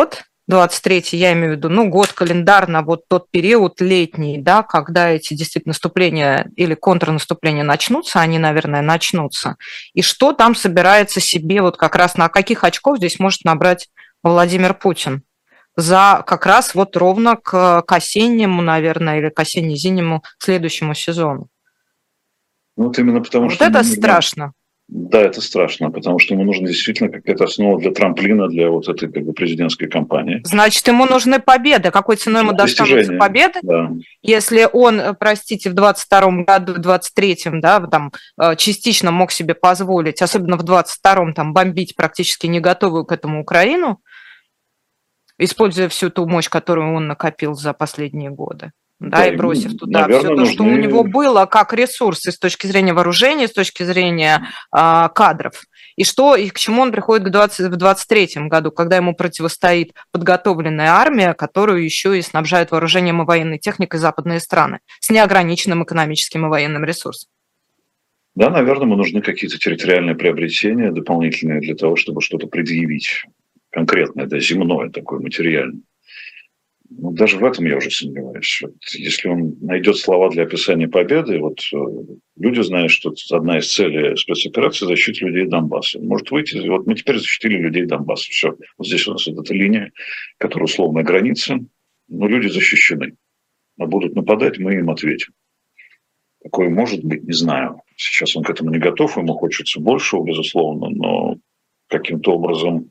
23-й, я имею в виду, год календарно, вот тот период летний, да, когда эти действительно наступления или контрнаступления начнутся, они, наверное, начнутся, и что там собирается себе, вот как раз на каких очков здесь может набрать Владимир Путин за как раз вот ровно к осеннему, наверное, или к осенне-зимнему следующему сезону. Вот именно потому, вот что... это страшно. Да, это страшно, потому что ему нужна действительно какая-то основа для трамплина, для вот этой как бы президентской кампании. Значит, ему нужны победы. Какой ценой ему достанутся победы? Да. Если он, простите, в 22-м году, в 23-м, да, там, частично мог себе позволить, особенно в 22-м, там, бомбить практически не готовую к этому Украину, используя всю ту мощь, которую он накопил за последние годы. Да, и бросив туда, наверное, все то, что у него было как ресурсы с точки зрения вооружения, с точки зрения кадров, и к чему он приходит в 2023 году, когда ему противостоит подготовленная армия, которую еще и снабжают вооружением и военной техникой западные страны с неограниченным экономическим и военным ресурсом. Да, наверное, ему нужны какие-то территориальные приобретения дополнительные для того, чтобы что-то предъявить конкретное, да, земное такое, материальное. Даже в этом я уже сомневаюсь. Вот если он найдет слова для описания победы, вот люди знают, что одна из целей спецоперации – защита людей Донбасса. Может выйти, вот мы теперь защитили людей Донбасса. Все, вот здесь у нас вот эта линия, которая условная граница, но люди защищены. А будут нападать, мы им ответим. Такое может быть, не знаю. Сейчас он к этому не готов, ему хочется большего, безусловно, но каким-то образом...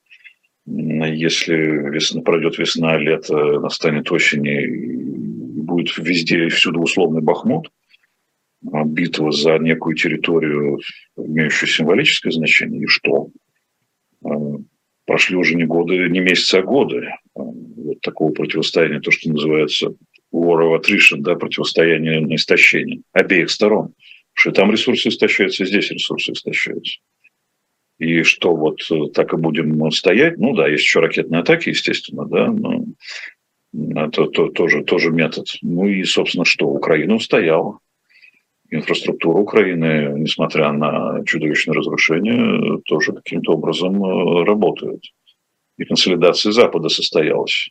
Если пройдет весна, лето, настанет осень, и будет везде и всюду условный Бахмут, битва за некую территорию, имеющую символическое значение, и что? Прошли уже не годы, не месяцы, а годы вот такого противостояния, то, что называется war of attrition, да, противостояние на истощение обеих сторон. Потому что там ресурсы истощаются, и здесь ресурсы истощаются. И что вот так и будем стоять? Ну да, есть еще ракетные атаки, естественно, да, но это тоже метод. Ну и, собственно, что? Украина устояла. Инфраструктура Украины, несмотря на чудовищное разрушение, тоже каким-то образом работает. И консолидация Запада состоялась.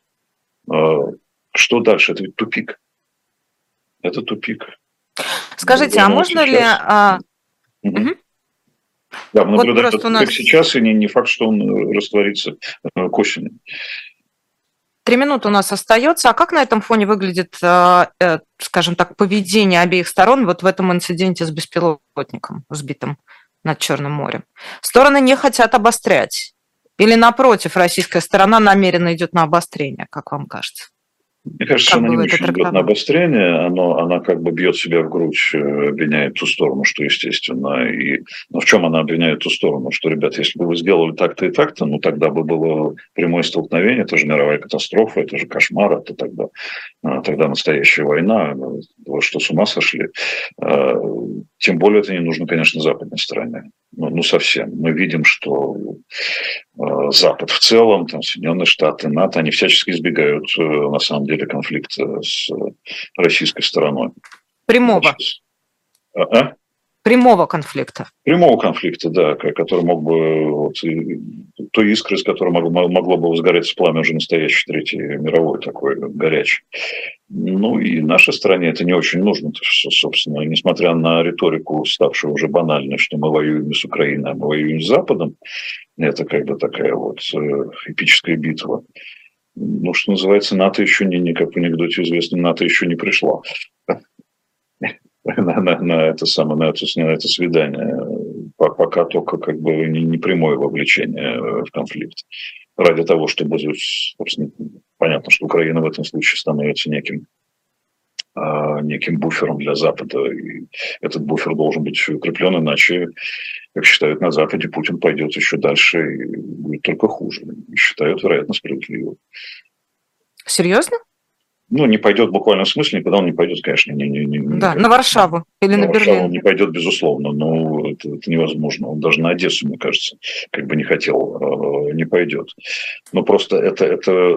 Что дальше? Это ведь тупик. Это тупик. Скажите, а можно ли... Да, мы наблюдаем вот как сейчас, и не факт, что он растворится к осени. 3 минуты у нас остается. А как на этом фоне выглядит, скажем так, поведение обеих сторон вот в этом инциденте с беспилотником, сбитым над Черным морем? Стороны не хотят обострять? Или, напротив, российская сторона намеренно идет на обострение, как вам кажется? Мне кажется, что она не очень идет на обострение, она как бы бьет себя в грудь, обвиняет ту сторону, что естественно. Но в чем она обвиняет ту сторону? Что, ребята, если бы вы сделали так-то и так-то, ну тогда бы было прямое столкновение, это же мировая катастрофа, это же кошмар, это тогда настоящая война, вы что, с ума сошли? Тем более это не нужно, конечно, западной стороне. Ну совсем. Мы видим, что Запад в целом, там, Соединенные Штаты, НАТО, они всячески избегают, на самом деле, конфликта с российской стороной. Прямого. Прямого конфликта. Прямого конфликта, да, который мог бы... той искры, из которой могло бы возгореться пламя уже настоящей Третьей мировой, такой горячей. Ну и нашей стране это не очень нужно, собственно. И несмотря на риторику, ставшую уже банальной, что мы воюем не с Украиной, а мы воюем с Западом, это как бы такая вот эпическая битва. Ну, что называется, НАТО еще не как в анекдоте известно, НАТО еще не пришла на это свидание. Пока только как бы не прямое вовлечение в конфликт. Ради того, чтобы, собственно, понятно, что Украина в этом случае становится неким буфером для Запада. И этот буфер должен быть укреплен, иначе, как считают на Западе, Путин пойдет еще дальше и будет только хуже. И считают, вероятно, справедливо. Серьезно? Ну, не пойдет в буквальном смысле, никуда он не пойдет, конечно. Да, на Варшаву или на Берлин. Он не пойдет, безусловно, но это невозможно. Он даже на Одессу, мне кажется, как бы не хотел, не пойдет. Но просто это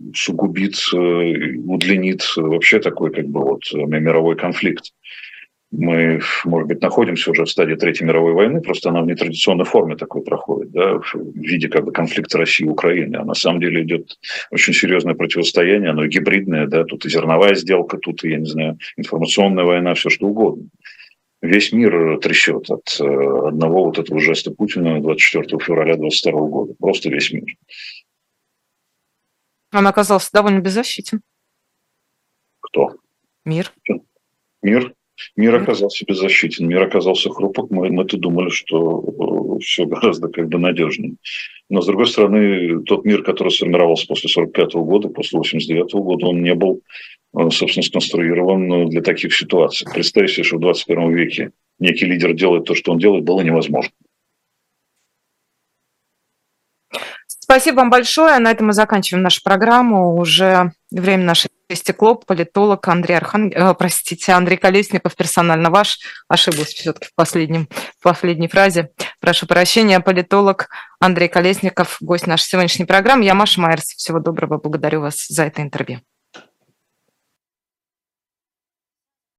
сугубит, удлинит вообще такой как бы вот мировой конфликт. мы, может быть, находимся уже в стадии Третьей мировой войны, просто она в нетрадиционной форме такой проходит, да, в виде как бы конфликта России и Украины. А на самом деле идет очень серьезное противостояние, оно гибридное, да, тут и зерновая сделка, тут и, я не знаю, информационная война, все что угодно. Весь мир трясет от одного вот этого жеста Путина 24 февраля 2022 года. Просто весь мир. Он оказался довольно беззащитен. Кто? Мир. Мир оказался беззащитен, мир оказался хрупок. Мы-то думали, что все гораздо как бы надежнее. Но, с другой стороны, тот мир, который сформировался после 1945 года, после 1989 года, он не был, собственно, сконструирован для таких ситуаций. Представьте себе, что в 21 веке некий лидер делает то, что он делает, было невозможно. Спасибо вам большое. На этом мы заканчиваем нашу программу. Уже время наше истекло. Политолог Андрей Колесников, персонально ваш. Ошиблась все-таки в последней фразе. Прошу прощения. Политолог Андрей Колесников, гость нашей сегодняшней программы. Я Маша Майерс. Всего доброго. Благодарю вас за это интервью.